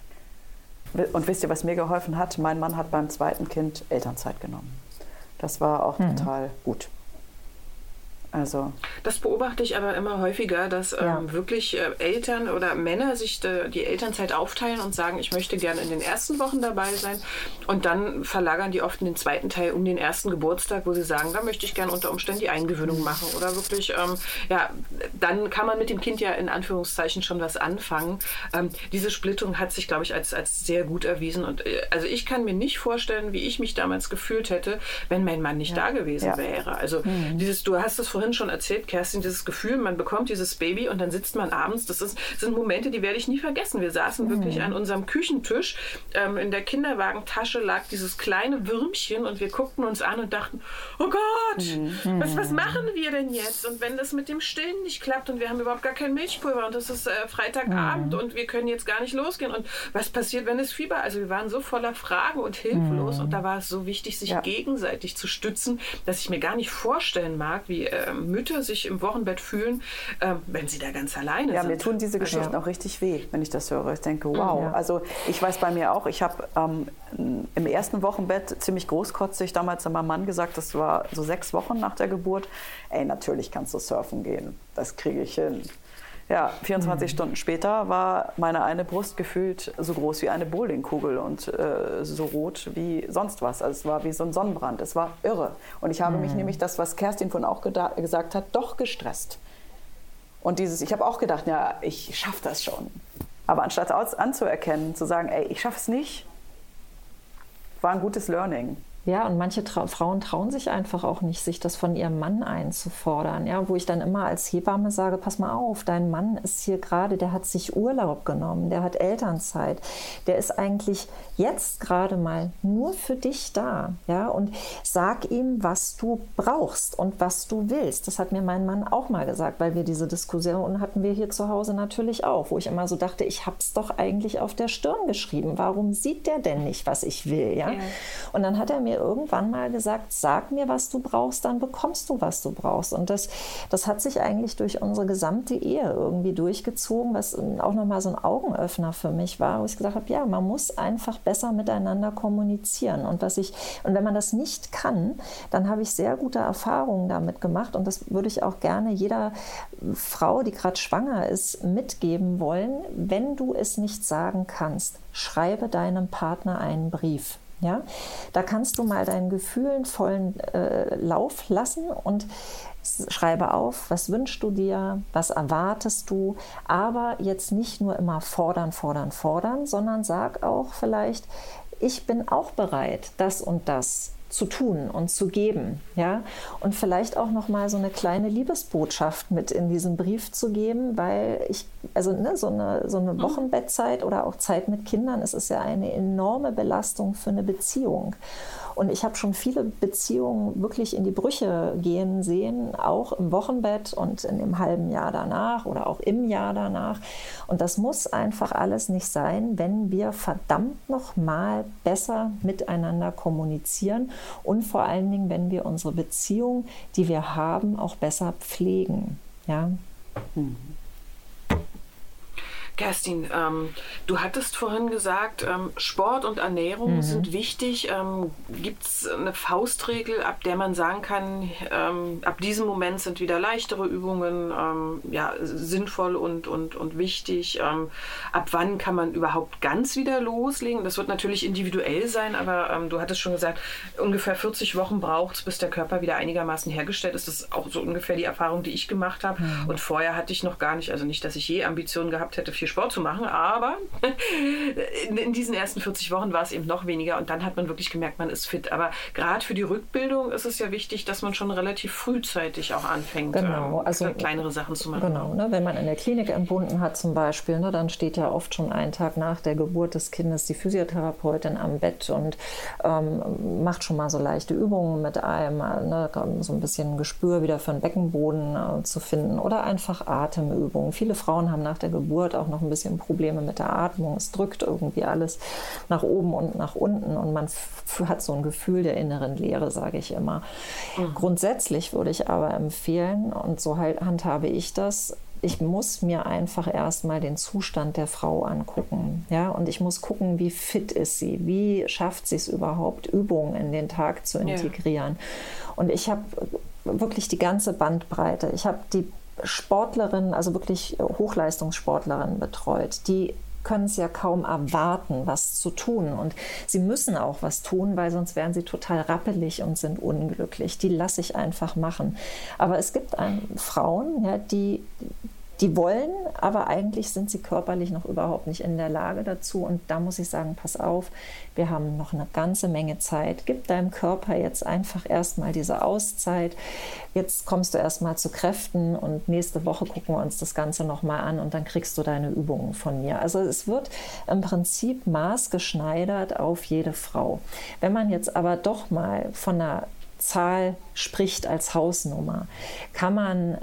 Und wisst ihr, was mir geholfen hat? Mein Mann hat beim zweiten Kind Elternzeit genommen. Das war auch mhm. total gut. Also das beobachte ich aber immer häufiger, dass ja. ähm, wirklich äh, Eltern oder Männer sich de, die Elternzeit aufteilen und sagen, ich möchte gerne in den ersten Wochen dabei sein. Und dann verlagern die oft in den zweiten Teil um den ersten Geburtstag, wo sie sagen, da möchte ich gerne unter Umständen die Eingewöhnung machen. Oder wirklich, ähm, ja, dann kann man mit dem Kind ja in Anführungszeichen schon was anfangen. Ähm, diese Splittung hat sich, glaube ich, als, als sehr gut erwiesen. Und äh, also ich kann mir nicht vorstellen, wie ich mich damals gefühlt hätte, wenn mein Mann nicht ja. da gewesen ja. wäre. Also mhm. dieses, du hast es vorhin vorhin schon erzählt, Kerstin, dieses Gefühl, man bekommt dieses Baby und dann sitzt man abends, das ist, sind Momente, die werde ich nie vergessen. Wir saßen mhm. wirklich an unserem Küchentisch, ähm, in der Kinderwagentasche lag dieses kleine Würmchen und wir guckten uns an und dachten, oh Gott, mhm. was, was machen wir denn jetzt? Und wenn das mit dem Stillen nicht klappt und wir haben überhaupt gar kein Milchpulver und das ist äh, Freitagabend mhm. und wir können jetzt gar nicht losgehen und was passiert, wenn es Fieber? Also wir waren so voller Fragen und hilflos mhm. und da war es so wichtig, sich ja. gegenseitig zu stützen, dass ich mir gar nicht vorstellen mag, wie äh, Mütter sich im Wochenbett fühlen, äh, wenn sie da ganz alleine ja, sind. Ja, mir tun diese Geschichten ja. auch richtig weh, wenn ich das höre. Ich denke, wow. Ja. Also ich weiß bei mir auch, ich habe ähm, im ersten Wochenbett ziemlich großkotzig damals meinem Mann gesagt, das war so sechs Wochen nach der Geburt, ey, natürlich kannst du surfen gehen, das kriege ich hin. Ja, vierundzwanzig mhm. Stunden später war meine eine Brust gefühlt so groß wie eine Bowlingkugel und äh, so rot wie sonst was. Also es war wie so ein Sonnenbrand. Es war irre. Und ich habe mhm. mich nämlich, das, was Kerstin vorhin auch gesagt hat, doch gestresst. Und dieses, ich habe auch gedacht, ja, ich schaffe das schon. Aber anstatt anzuerkennen, zu sagen, ey, ich schaffe es nicht, war ein gutes Learning. Ja, und manche Tra- Frauen trauen sich einfach auch nicht, sich das von ihrem Mann einzufordern. Ja, wo ich dann immer als Hebamme sage, pass mal auf, dein Mann ist hier gerade, der hat sich Urlaub genommen, der hat Elternzeit, der ist eigentlich jetzt gerade mal nur für dich da. Ja, und sag ihm, was du brauchst und was du willst. Das hat mir mein Mann auch mal gesagt, weil wir diese Diskussion hatten wir hier zu Hause natürlich auch, wo ich immer so dachte, ich hab's doch eigentlich auf der Stirn geschrieben. Warum sieht der denn nicht, was ich will? Ja? Ja. Und dann hat er mir irgendwann mal gesagt, sag mir, was du brauchst, dann bekommst du, was du brauchst. Und das, das hat sich eigentlich durch unsere gesamte Ehe irgendwie durchgezogen, was auch nochmal so ein Augenöffner für mich war, wo ich gesagt habe, ja, man muss einfach besser miteinander kommunizieren. Und, was ich, und wenn man das nicht kann, dann habe ich sehr gute Erfahrungen damit gemacht und das würde ich auch gerne jeder Frau, die gerade schwanger ist, mitgeben wollen. Wenn du es nicht sagen kannst, schreibe deinem Partner einen Brief. Ja, da kannst du mal deinen Gefühlen vollen äh, Lauf lassen und schreibe auf, was wünschst du dir, was erwartest du, aber jetzt nicht nur immer fordern, fordern, fordern, sondern sag auch vielleicht, ich bin auch bereit, das und das zu tun und zu geben, ja, und vielleicht auch noch mal so eine kleine Liebesbotschaft mit in diesen Brief zu geben, weil ich, also ne, so eine, so eine Wochenbettzeit oder auch Zeit mit Kindern, es ist ja eine enorme Belastung für eine Beziehung. Und ich habe schon viele Beziehungen wirklich in die Brüche gehen sehen, auch im Wochenbett und in dem halben Jahr danach oder auch im Jahr danach. Und das muss einfach alles nicht sein, wenn wir verdammt noch mal besser miteinander kommunizieren und vor allen Dingen, wenn wir unsere Beziehung, die wir haben, auch besser pflegen. Ja. Mhm. Kerstin, ähm, du hattest vorhin gesagt, ähm, Sport und Ernährung mhm. sind wichtig. Ähm, gibt es eine Faustregel, ab der man sagen kann, ähm, ab diesem Moment sind wieder leichtere Übungen ähm, ja, sinnvoll und, und, und wichtig? Ähm, ab wann kann man überhaupt ganz wieder loslegen? Das wird natürlich individuell sein, aber ähm, du hattest schon gesagt, ungefähr vierzig Wochen braucht es, bis der Körper wieder einigermaßen hergestellt ist. Das ist auch so ungefähr die Erfahrung, die ich gemacht habe. Mhm. Und vorher hatte ich noch gar nicht, also nicht, dass ich je Ambitionen gehabt hätte, viel Sport zu machen, aber in, in diesen ersten vierzig Wochen war es eben noch weniger und dann hat man wirklich gemerkt, man ist fit. Aber gerade für die Rückbildung ist es ja wichtig, dass man schon relativ frühzeitig auch anfängt, genau, ähm, also, kleinere Sachen zu machen. Genau, ne, wenn man in der Klinik entbunden hat zum Beispiel, ne, dann steht ja oft schon einen Tag nach der Geburt des Kindes die Physiotherapeutin am Bett und ähm, macht schon mal so leichte Übungen mit einem, ne, so ein bisschen Gespür wieder für den Beckenboden äh, zu finden oder einfach Atemübungen. Viele Frauen haben nach der Geburt auch noch ein bisschen Probleme mit der Atmung. Es drückt irgendwie alles nach oben und nach unten und man f- hat so ein Gefühl der inneren Leere, sage ich immer. Mhm. Grundsätzlich würde ich aber empfehlen, und so halt handhabe ich das, ich muss mir einfach erstmal den Zustand der Frau angucken. Ja? Und ich muss gucken, wie fit ist sie, wie schafft sie es überhaupt, Übungen in den Tag zu integrieren. Ja. Und ich habe wirklich die ganze Bandbreite. Ich habe die Sportlerinnen, also wirklich Hochleistungssportlerinnen betreut, die können es ja kaum erwarten, was zu tun. Und sie müssen auch was tun, weil sonst wären sie total rappelig und sind unglücklich. Die lasse ich einfach machen. Aber es gibt ein, Frauen, ja, die, Die wollen, aber eigentlich sind sie körperlich noch überhaupt nicht in der Lage dazu. Und da muss ich sagen, pass auf, wir haben noch eine ganze Menge Zeit. Gib deinem Körper jetzt einfach erstmal diese Auszeit. Jetzt kommst du erstmal zu Kräften und nächste Woche gucken wir uns das Ganze nochmal an und dann kriegst du deine Übungen von mir. Also es wird im Prinzip maßgeschneidert auf jede Frau. Wenn man jetzt aber doch mal von einer Zahl spricht als Hausnummer, kann man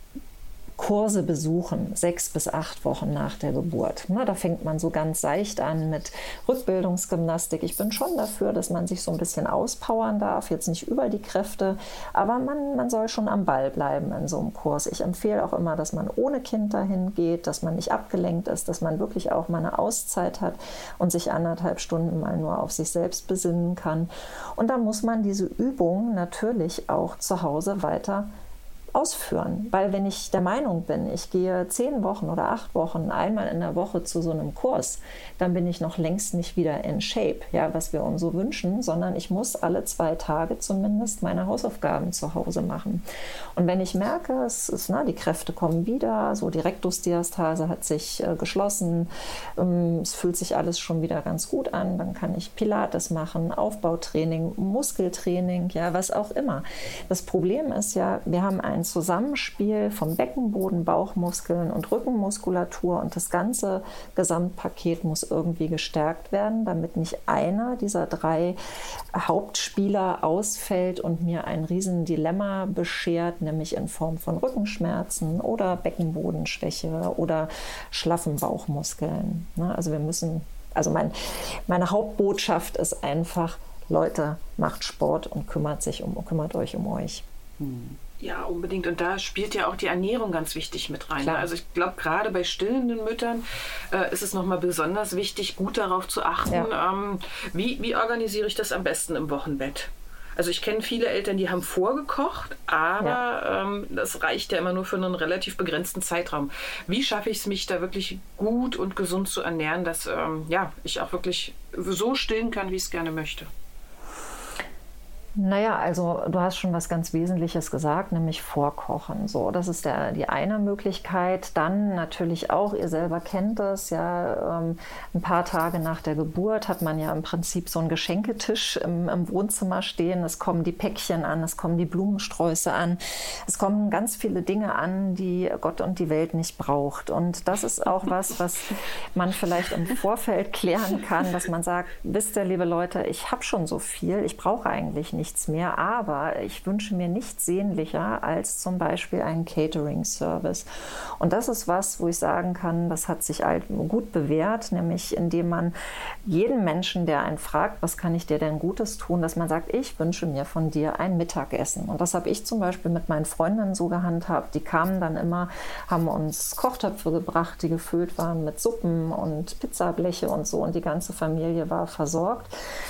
Kurse besuchen, sechs bis acht Wochen nach der Geburt. Na, da fängt man so ganz seicht an mit Rückbildungsgymnastik. Ich bin schon dafür, dass man sich so ein bisschen auspowern darf, jetzt nicht über die Kräfte, aber man, man soll schon am Ball bleiben in so einem Kurs. Ich empfehle auch immer, dass man ohne Kind dahin geht, dass man nicht abgelenkt ist, dass man wirklich auch mal eine Auszeit hat und sich anderthalb Stunden mal nur auf sich selbst besinnen kann. Und dann muss man diese Übung natürlich auch zu Hause weiter ausführen. Weil wenn ich der Meinung bin, ich gehe zehn Wochen oder acht Wochen einmal in der Woche zu so einem Kurs, dann bin ich noch längst nicht wieder in Shape, ja, was wir uns so wünschen, sondern ich muss alle zwei Tage zumindest meine Hausaufgaben zu Hause machen. Und wenn ich merke, es ist, na, die Kräfte kommen wieder, so die Rektusdiastase hat sich äh, geschlossen, ähm, es fühlt sich alles schon wieder ganz gut an, dann kann ich Pilates machen, Aufbautraining, Muskeltraining, ja, was auch immer. Das Problem ist ja, wir haben ein Zusammenspiel vom Beckenboden, Bauchmuskeln und Rückenmuskulatur und das ganze Gesamtpaket muss irgendwie gestärkt werden, damit nicht einer dieser drei Hauptspieler ausfällt und mir ein Riesendilemma beschert, nämlich in Form von Rückenschmerzen oder Beckenbodenschwäche oder schlaffen Bauchmuskeln. Also wir müssen, also mein, meine Hauptbotschaft ist einfach, Leute, macht Sport und kümmert sich um, kümmert euch um euch. Hm. Ja, unbedingt. Und da spielt ja auch die Ernährung ganz wichtig mit rein. Klar. Also ich glaube, gerade bei stillenden Müttern äh, ist es nochmal besonders wichtig, gut darauf zu achten. Ja. Ähm, wie, wie organisiere ich das am besten im Wochenbett? Also ich kenne viele Eltern, die haben vorgekocht, aber ja. ähm, das reicht ja immer nur für einen relativ begrenzten Zeitraum. Wie schaffe ich es, mich da wirklich gut und gesund zu ernähren, dass ähm, ja, ich auch wirklich so stillen kann, wie ich es gerne möchte? Naja, also du hast schon was ganz Wesentliches gesagt, nämlich vorkochen. So, das ist der, die eine Möglichkeit. Dann natürlich auch, ihr selber kennt das, ja, ähm, ein paar Tage nach der Geburt hat man ja im Prinzip so einen Geschenketisch im, im Wohnzimmer stehen. Es kommen die Päckchen an, es kommen die Blumensträuße an. Es kommen ganz viele Dinge an, die Gott und die Welt nicht braucht. Und das ist auch was, was man vielleicht im Vorfeld klären kann, dass man sagt, wisst ihr, liebe Leute, ich habe schon so viel, ich brauche eigentlich nicht nichts mehr, aber ich wünsche mir nichts sehnlicher als zum Beispiel einen Catering-Service. Und das ist was, wo ich sagen kann, das hat sich gut bewährt, nämlich indem man jeden Menschen, der einen fragt, was kann ich dir denn Gutes tun, dass man sagt, ich wünsche mir von dir ein Mittagessen. Und das habe ich zum Beispiel mit meinen Freundinnen so gehandhabt. Die kamen dann immer, haben uns Kochtöpfe gebracht, die gefüllt waren mit Suppen und Pizzableche und so und die ganze Familie war versorgt.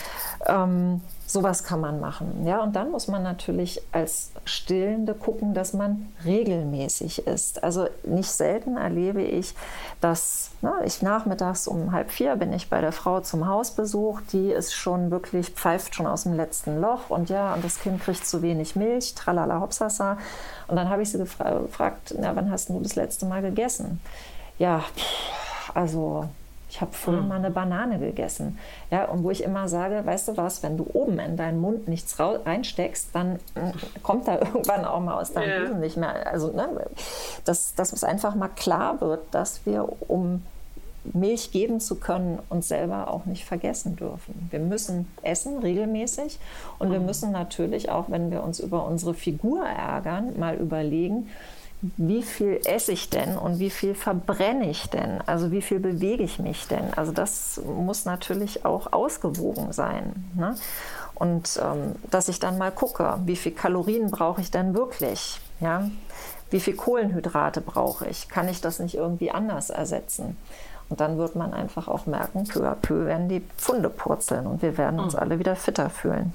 Ähm, Sowas kann man machen. Ja, und dann muss man natürlich als Stillende gucken, dass man regelmäßig isst. Also nicht selten erlebe ich, dass na, ich nachmittags um halb vier bin ich bei der Frau zum Hausbesuch. Die ist schon wirklich, pfeift schon aus dem letzten Loch und ja, und das Kind kriegt zu wenig Milch, tralala hopsasa. Und dann habe ich sie gefra- gefragt, na, wann hast du das letzte Mal gegessen? Ja, pff, also... Ich habe vorhin mal eine Banane gegessen. Ja, und wo ich immer sage, weißt du was, wenn du oben in deinen Mund nichts reinsteckst, dann äh, kommt da irgendwann auch mal aus deinem Busen yeah. nicht mehr. Also, ne, dass, dass es einfach mal klar wird, dass wir, um Milch geben zu können, uns selber auch nicht vergessen dürfen. Wir müssen essen regelmäßig und wir müssen natürlich auch, wenn wir uns über unsere Figur ärgern, mal überlegen, wie viel esse ich denn und wie viel verbrenne ich denn? Also wie viel bewege ich mich denn? Also das muss natürlich auch ausgewogen sein. Ne? Und ähm, dass ich dann mal gucke, wie viel Kalorien brauche ich denn wirklich? Ja? Wie viel Kohlenhydrate brauche ich? Kann ich das nicht irgendwie anders ersetzen? Und dann wird man einfach auch merken, peu à peu werden die Pfunde purzeln und wir werden uns mhm. alle wieder fitter fühlen.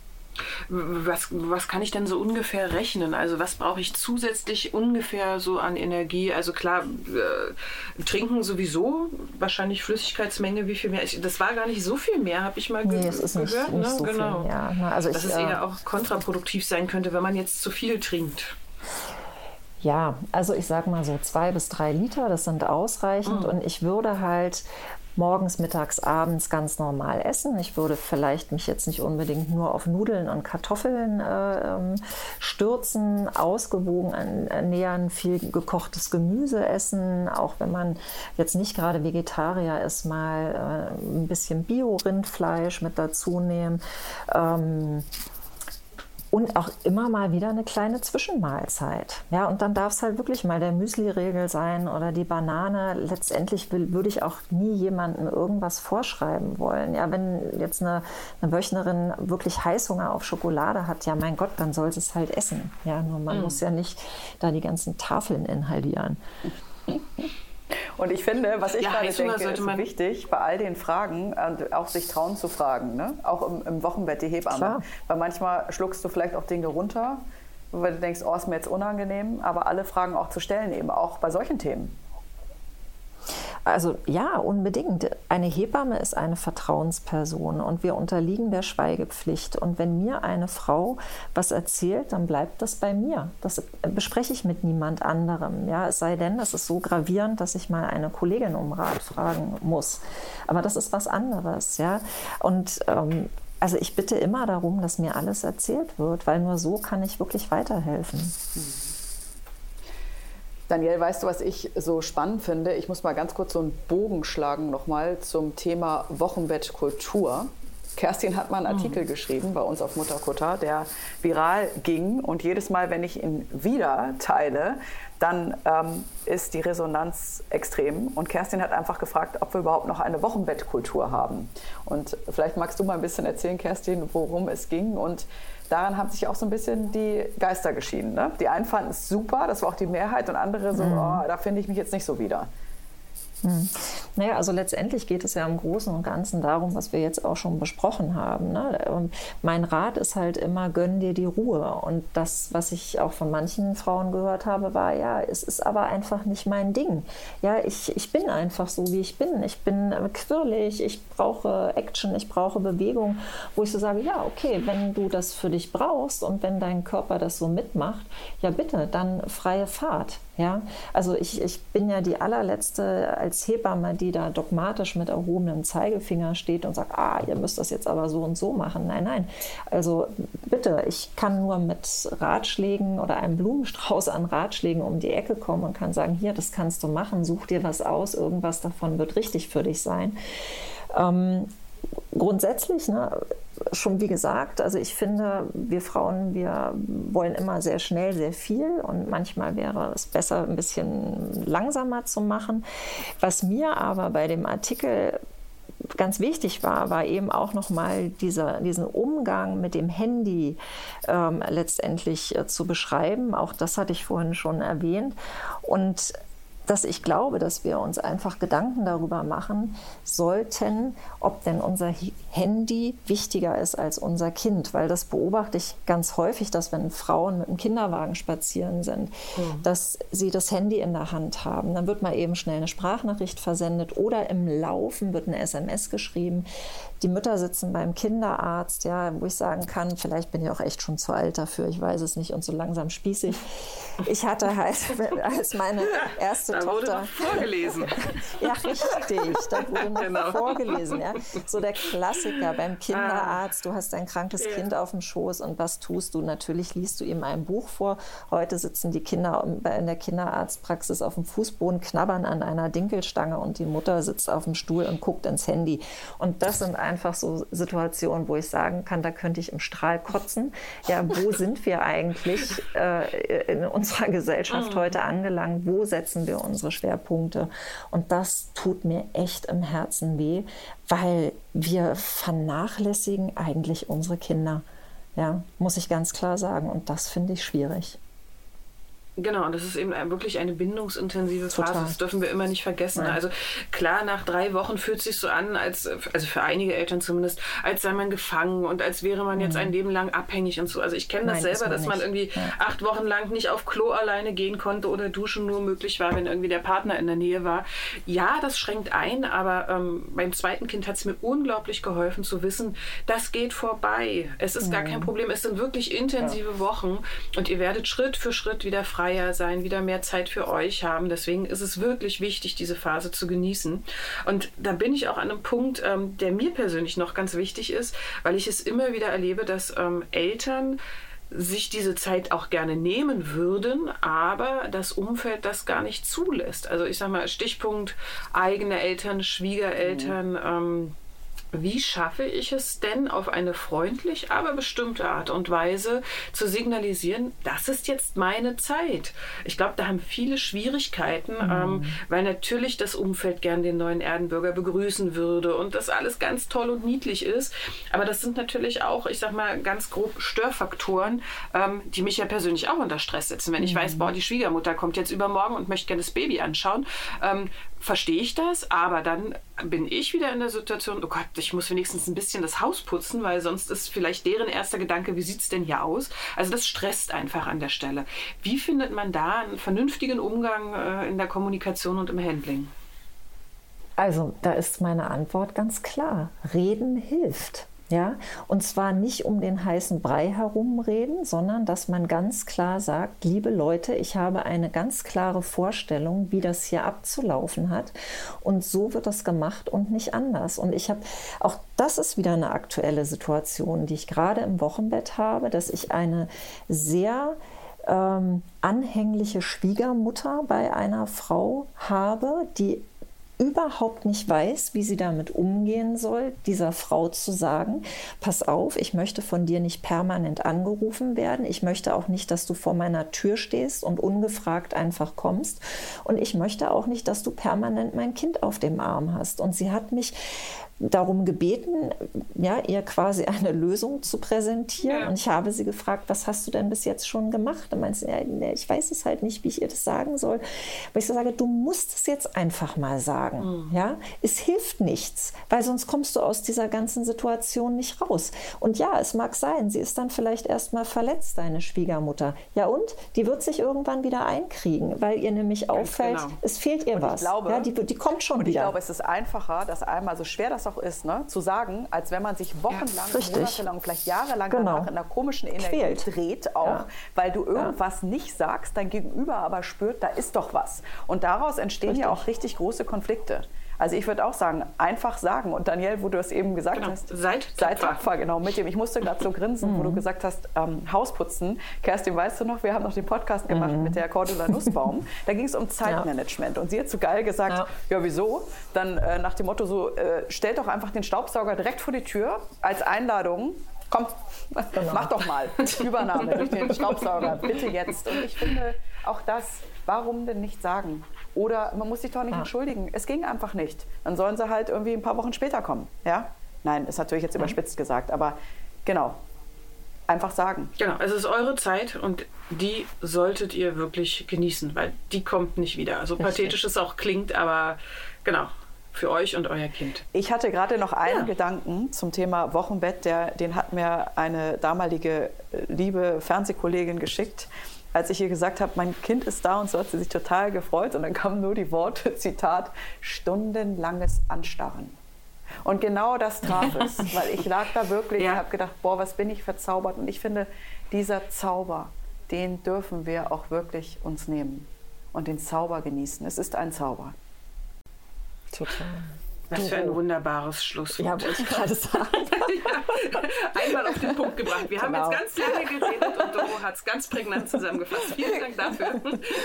Was, was kann ich denn so ungefähr rechnen? Also was brauche ich zusätzlich ungefähr so an Energie? Also klar, äh, trinken sowieso, wahrscheinlich Flüssigkeitsmenge, wie viel mehr? Ich, das war gar nicht so viel mehr, habe ich mal ge- nee, es ist gehört. Nicht, nicht ne? so genau. viel, ja. Na, also Dass ich, es äh, eher auch kontraproduktiv sein könnte, wenn man jetzt zu viel trinkt. Ja, also ich sage mal so zwei bis drei Liter, das sind ausreichend. Mhm. Und ich würde halt morgens, mittags, abends ganz normal essen. Ich würde vielleicht mich jetzt nicht unbedingt nur auf Nudeln und Kartoffeln äh, stürzen, ausgewogen ernähren, viel gekochtes Gemüse essen, auch wenn man jetzt nicht gerade Vegetarier ist, mal äh, ein bisschen Bio-Rindfleisch mit dazu nehmen. Ähm, Und auch immer mal wieder eine kleine Zwischenmahlzeit. Ja, und dann darf es halt wirklich mal der Müsli-Riegel sein oder die Banane. Letztendlich will, würde ich auch nie jemandem irgendwas vorschreiben wollen. Ja, wenn jetzt eine, eine Wöchnerin wirklich Heißhunger auf Schokolade hat, ja mein Gott, dann soll sie es halt essen. Ja, nur man mm. muss ja nicht da die ganzen Tafeln inhalieren. Und ich finde, was ich ja, gerade denke, ist wichtig, bei all den Fragen äh, auch sich trauen zu fragen. Ne? Auch im, im Wochenbett die Hebamme. Klar. Weil manchmal schluckst du vielleicht auch Dinge runter, weil du denkst, oh, ist mir jetzt unangenehm. Aber alle Fragen auch zu stellen, eben auch bei solchen Themen. Also ja, unbedingt. Eine Hebamme ist eine Vertrauensperson und wir unterliegen der Schweigepflicht. Und wenn mir eine Frau was erzählt, dann bleibt das bei mir. Das bespreche ich mit niemand anderem. Ja, es sei denn, das ist so gravierend, dass ich mal eine Kollegin um Rat fragen muss. Aber das ist was anderes. Ja? Und ähm, also ich bitte immer darum, dass mir alles erzählt wird, weil nur so kann ich wirklich weiterhelfen. Hm. Danielle, weißt du, was ich so spannend finde? Ich muss mal ganz kurz so einen Bogen schlagen nochmal zum Thema Wochenbettkultur. Kerstin hat mal einen Artikel mhm. geschrieben bei uns auf Mutterkutter, der viral ging. Und jedes Mal, wenn ich ihn wieder teile, dann ähm, ist die Resonanz extrem. Und Kerstin hat einfach gefragt, ob wir überhaupt noch eine Wochenbettkultur haben. Und vielleicht magst du mal ein bisschen erzählen, Kerstin, worum es ging. Und daran haben sich auch so ein bisschen die Geister geschieden. Ne? Die einen fanden es super, das war auch die Mehrheit, und andere so, mhm. oh, da finde ich mich jetzt nicht so wieder. Hm. Naja, also letztendlich geht es ja im Großen und Ganzen darum, was wir jetzt auch schon besprochen haben. Ne? Und mein Rat ist halt immer, gönn dir die Ruhe. Und das, was ich auch von manchen Frauen gehört habe, war, ja, es ist aber einfach nicht mein Ding. Ja, ich, ich bin einfach so, wie ich bin. Ich bin quirlig, ich brauche Action, ich brauche Bewegung, wo ich so sage, ja, okay, wenn du das für dich brauchst und wenn dein Körper das so mitmacht, ja bitte, dann freie Fahrt. Ja, also ich, ich bin ja die allerletzte als Hebamme, die da dogmatisch mit erhobenem Zeigefinger steht und sagt, ah, ihr müsst das jetzt aber so und so machen. Nein, nein. Also bitte, ich kann nur mit Ratschlägen oder einem Blumenstrauß an Ratschlägen um die Ecke kommen und kann sagen, hier, das kannst du machen, such dir was aus, irgendwas davon wird richtig für dich sein. Ähm, grundsätzlich, ne, schon wie gesagt, also ich finde, wir Frauen, wir wollen immer sehr schnell sehr viel und manchmal wäre es besser, ein bisschen langsamer zu machen. Was mir aber bei dem Artikel ganz wichtig war, war eben auch nochmal dieser, diesen Umgang mit dem Handy ähm, letztendlich äh, zu beschreiben. Auch das hatte ich vorhin schon erwähnt. Und dass ich glaube, dass wir uns einfach Gedanken darüber machen sollten, ob denn unser Handy wichtiger ist als unser Kind. Weil das beobachte ich ganz häufig, dass wenn Frauen mit einem Kinderwagen spazieren sind, mhm. dass sie das Handy in der Hand haben. Dann wird mal eben schnell eine Sprachnachricht versendet oder im Laufen wird eine S M S geschrieben. Die Mütter sitzen beim Kinderarzt, ja, wo ich sagen kann, vielleicht bin ich auch echt schon zu alt dafür, ich weiß es nicht, und so langsam spießig. Ich hatte halt als meine erste Da Tochter, wurde noch vorgelesen. Ja, richtig. Da wurde noch genau. vorgelesen. Ja. So der Klassiker beim Kinderarzt. Du hast ein krankes Ja. Kind auf dem Schoß und was tust du? Natürlich liest du ihm ein Buch vor. Heute sitzen die Kinder in der Kinderarztpraxis auf dem Fußboden, knabbern an einer Dinkelstange und die Mutter sitzt auf dem Stuhl und guckt ins Handy. Und das sind einfach so Situationen, wo ich sagen kann, da könnte ich im Strahl kotzen. Ja, wo sind wir eigentlich äh, in unserer Gesellschaft Mhm. heute angelangt? Wo setzen wir unsere Schwerpunkte? Und das tut mir echt im Herzen weh, weil wir vernachlässigen eigentlich unsere Kinder. Ja, muss ich ganz klar sagen. Und das finde ich schwierig. Genau, und das ist eben wirklich eine bindungsintensive Phase. Total. Das dürfen wir immer nicht vergessen. Nein. Also klar, nach drei Wochen fühlt es sich so an, als, also für einige Eltern zumindest, als sei man gefangen und als wäre man jetzt ein Leben lang abhängig und so. Also ich kenne das Nein, selber, ist man dass man nicht. irgendwie Ja. acht Wochen lang nicht auf Klo alleine gehen konnte oder duschen nur möglich war, wenn irgendwie der Partner in der Nähe war. Ja, das schränkt ein, aber ähm, beim zweiten Kind hat es mir unglaublich geholfen zu wissen, das geht vorbei. Es ist gar kein Problem. Es sind wirklich intensive Wochen und ihr werdet Schritt für Schritt wieder frei. freier sein, wieder mehr Zeit für euch haben. Deswegen ist es wirklich wichtig, diese Phase zu genießen. Und da bin ich auch an einem Punkt, ähm, der mir persönlich noch ganz wichtig ist, weil ich es immer wieder erlebe, dass ähm, Eltern sich diese Zeit auch gerne nehmen würden, aber das Umfeld das gar nicht zulässt. Also ich sage mal, Stichpunkt eigene Eltern, Schwiegereltern, mhm. ähm, wie schaffe ich es denn, auf eine freundlich, aber bestimmte Art und Weise zu signalisieren, das ist jetzt meine Zeit? Ich glaube, da haben viele Schwierigkeiten, mhm. ähm, weil natürlich das Umfeld gern den neuen Erdenbürger begrüßen würde und das alles ganz toll und niedlich ist. Aber das sind natürlich auch, ich sag mal, ganz grob Störfaktoren, ähm, die mich ja persönlich auch unter Stress setzen. Wenn ich mhm. weiß, boah, die Schwiegermutter kommt jetzt übermorgen und möchte gerne das Baby anschauen, ähm, verstehe ich das, aber dann bin ich wieder in der Situation, oh Gott, ich muss wenigstens ein bisschen das Haus putzen, weil sonst ist vielleicht deren erster Gedanke, wie sieht es denn hier aus? Also das stresst einfach an der Stelle. Wie findet man da einen vernünftigen Umgang äh, in der Kommunikation und im Handling? Also da ist meine Antwort ganz klar. Reden hilft. Ja, und zwar nicht um den heißen Brei herumreden, sondern dass man ganz klar sagt, liebe Leute, ich habe eine ganz klare Vorstellung, wie das hier abzulaufen hat und so wird das gemacht und nicht anders. Und ich habe, auch das ist wieder eine aktuelle Situation, die ich gerade im Wochenbett habe, dass ich eine sehr ähm, anhängliche Schwiegermutter bei einer Frau habe, die überhaupt nicht weiß, wie sie damit umgehen soll, dieser Frau zu sagen, pass auf, ich möchte von dir nicht permanent angerufen werden, ich möchte auch nicht, dass du vor meiner Tür stehst und ungefragt einfach kommst und ich möchte auch nicht, dass du permanent mein Kind auf dem Arm hast. Und sie hat mich darum gebeten, ja, ihr quasi eine Lösung zu präsentieren. Ja. Und ich habe sie gefragt, was hast du denn bis jetzt schon gemacht? Und meinte sie, ja, ich weiß es halt nicht, wie ich ihr das sagen soll. Aber ich so sage, du musst es jetzt einfach mal sagen. Mhm. Ja? Es hilft nichts, weil sonst kommst du aus dieser ganzen Situation nicht raus. Und ja, es mag sein, sie ist dann vielleicht erst mal verletzt, deine Schwiegermutter. Ja und? Die wird sich irgendwann wieder einkriegen, weil ihr nämlich Ganz auffällt, genau. es fehlt ihr und was. Ich glaube, ja, die, die kommt schon und wieder. Ich glaube, es ist einfacher, das einmal, so schwer das auch ist, ne, zu sagen, als wenn man sich wochenlang, ja, monatelang, vielleicht jahrelang genau. danach in einer komischen Energie Quält. dreht, auch, ja. weil du irgendwas ja. nicht sagst, dein Gegenüber aber spürt, da ist doch was. Und daraus entstehen richtig. ja auch richtig große Konflikte. Also ich würde auch sagen, einfach sagen. Und Danielle, wo du es eben gesagt genau. hast, seid seid tapfer, genau, mit dem. Ich musste gerade so grinsen, mhm. wo du gesagt hast, ähm, Hausputzen. Kerstin, weißt du noch, wir haben noch den Podcast gemacht mhm. mit der Cordula Nussbaum. Da ging es um Zeitmanagement. Ja. Und sie hat so geil gesagt, ja, ja wieso? Dann äh, nach dem Motto so, äh, stellt doch einfach den Staubsauger direkt vor die Tür als Einladung. Komm, genau. mach doch mal. Übernahme durch den Staubsauger, bitte jetzt. Und ich finde auch das, warum denn nicht sagen? Oder man muss sich doch nicht ja. entschuldigen. Es ging einfach nicht. Dann sollen sie halt irgendwie ein paar Wochen später kommen. Ja? Nein, ist natürlich jetzt überspitzt gesagt, aber genau. Einfach sagen. Genau, es ist eure Zeit und die solltet ihr wirklich genießen, weil die kommt nicht wieder. So Richtig. pathetisch es auch klingt, aber genau, für euch und euer Kind. Ich hatte gerade noch einen ja. Gedanken zum Thema Wochenbett, der, den hat mir eine damalige liebe Fernsehkollegin geschickt, als ich ihr gesagt habe, mein Kind ist da und so, hat sie sich total gefreut. Und dann kamen nur die Worte, Zitat, stundenlanges Anstarren. Und genau das traf es, weil ich lag da wirklich ja. und habe gedacht, boah, was bin ich verzaubert. Und ich finde, dieser Zauber, den dürfen wir auch wirklich uns nehmen und den Zauber genießen. Es ist ein Zauber. Total. Was für ein wunderbares Schlusswort. Ja, wollte ich gerade sagen. ja, einmal auf den Punkt gebracht. Wir genau. haben jetzt ganz lange geredet und Doro hat es ganz prägnant zusammengefasst. Vielen Dank dafür.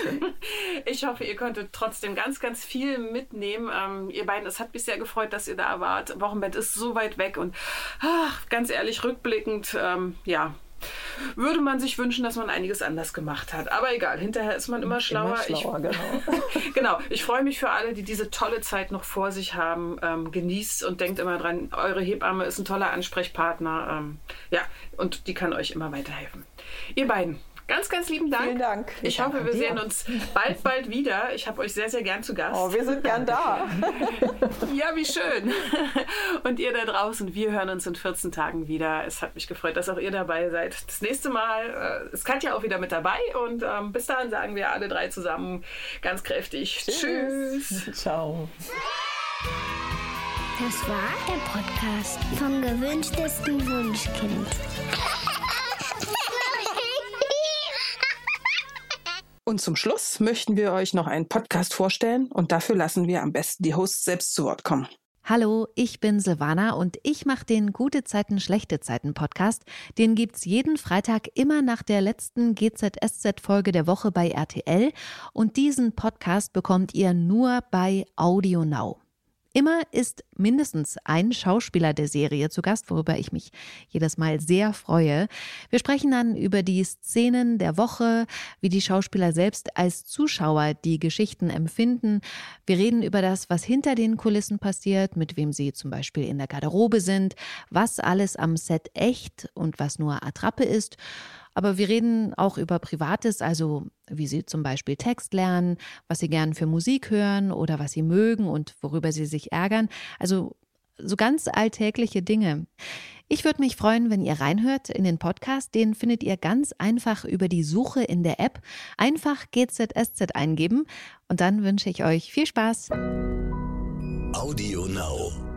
Ich hoffe, ihr konntet trotzdem ganz, ganz viel mitnehmen. Ähm, ihr beiden, es hat mich sehr gefreut, dass ihr da wart. Wochenbett ist so weit weg und ach, ganz ehrlich, rückblickend, ähm, ja, würde man sich wünschen, dass man einiges anders gemacht hat. Aber egal, hinterher ist man immer schlauer. Immer schlauer ich, genau. genau, ich freue mich für alle, die diese tolle Zeit noch vor sich haben. Ähm, genießt und denkt immer dran, eure Hebamme ist ein toller Ansprechpartner. Ähm, ja, und die kann euch immer weiterhelfen. Ihr beiden, ganz, ganz lieben Dank. Vielen Dank. Ich ja, hoffe, wir dir. sehen uns bald, bald wieder. Ich habe euch sehr, sehr gern zu Gast. Oh, wir sind gern da. Ja, wie schön. Und ihr da draußen, wir hören uns in vierzehn Tagen wieder. Es hat mich gefreut, dass auch ihr dabei seid. Das nächste Mal äh, ist Katja auch wieder mit dabei. Und ähm, bis dahin sagen wir alle drei zusammen ganz kräftig Tschüss. Tschüss. Ciao. Das war der Podcast vom gewünschtesten Wunschkind. Und zum Schluss möchten wir euch noch einen Podcast vorstellen und dafür lassen wir am besten die Hosts selbst zu Wort kommen. Hallo, ich bin Silvana und ich mache den Gute Zeiten, Schlechte Zeiten Podcast. Den gibt's jeden Freitag immer nach der letzten G Z S Z-Folge der Woche bei R T L und diesen Podcast bekommt ihr nur bei Audio Now. Immer ist mindestens ein Schauspieler der Serie zu Gast, worüber ich mich jedes Mal sehr freue. Wir sprechen dann über die Szenen der Woche, wie die Schauspieler selbst als Zuschauer die Geschichten empfinden. Wir reden über das, was hinter den Kulissen passiert, mit wem sie zum Beispiel in der Garderobe sind, was alles am Set echt und was nur Attrappe ist. Aber wir reden auch über Privates, also wie sie zum Beispiel Text lernen, was sie gern für Musik hören oder was sie mögen und worüber sie sich ärgern. Also so ganz alltägliche Dinge. Ich würde mich freuen, wenn ihr reinhört in den Podcast. Den findet ihr ganz einfach über die Suche in der App. Einfach G Z S Z eingeben und dann wünsche ich euch viel Spaß. Audio Now.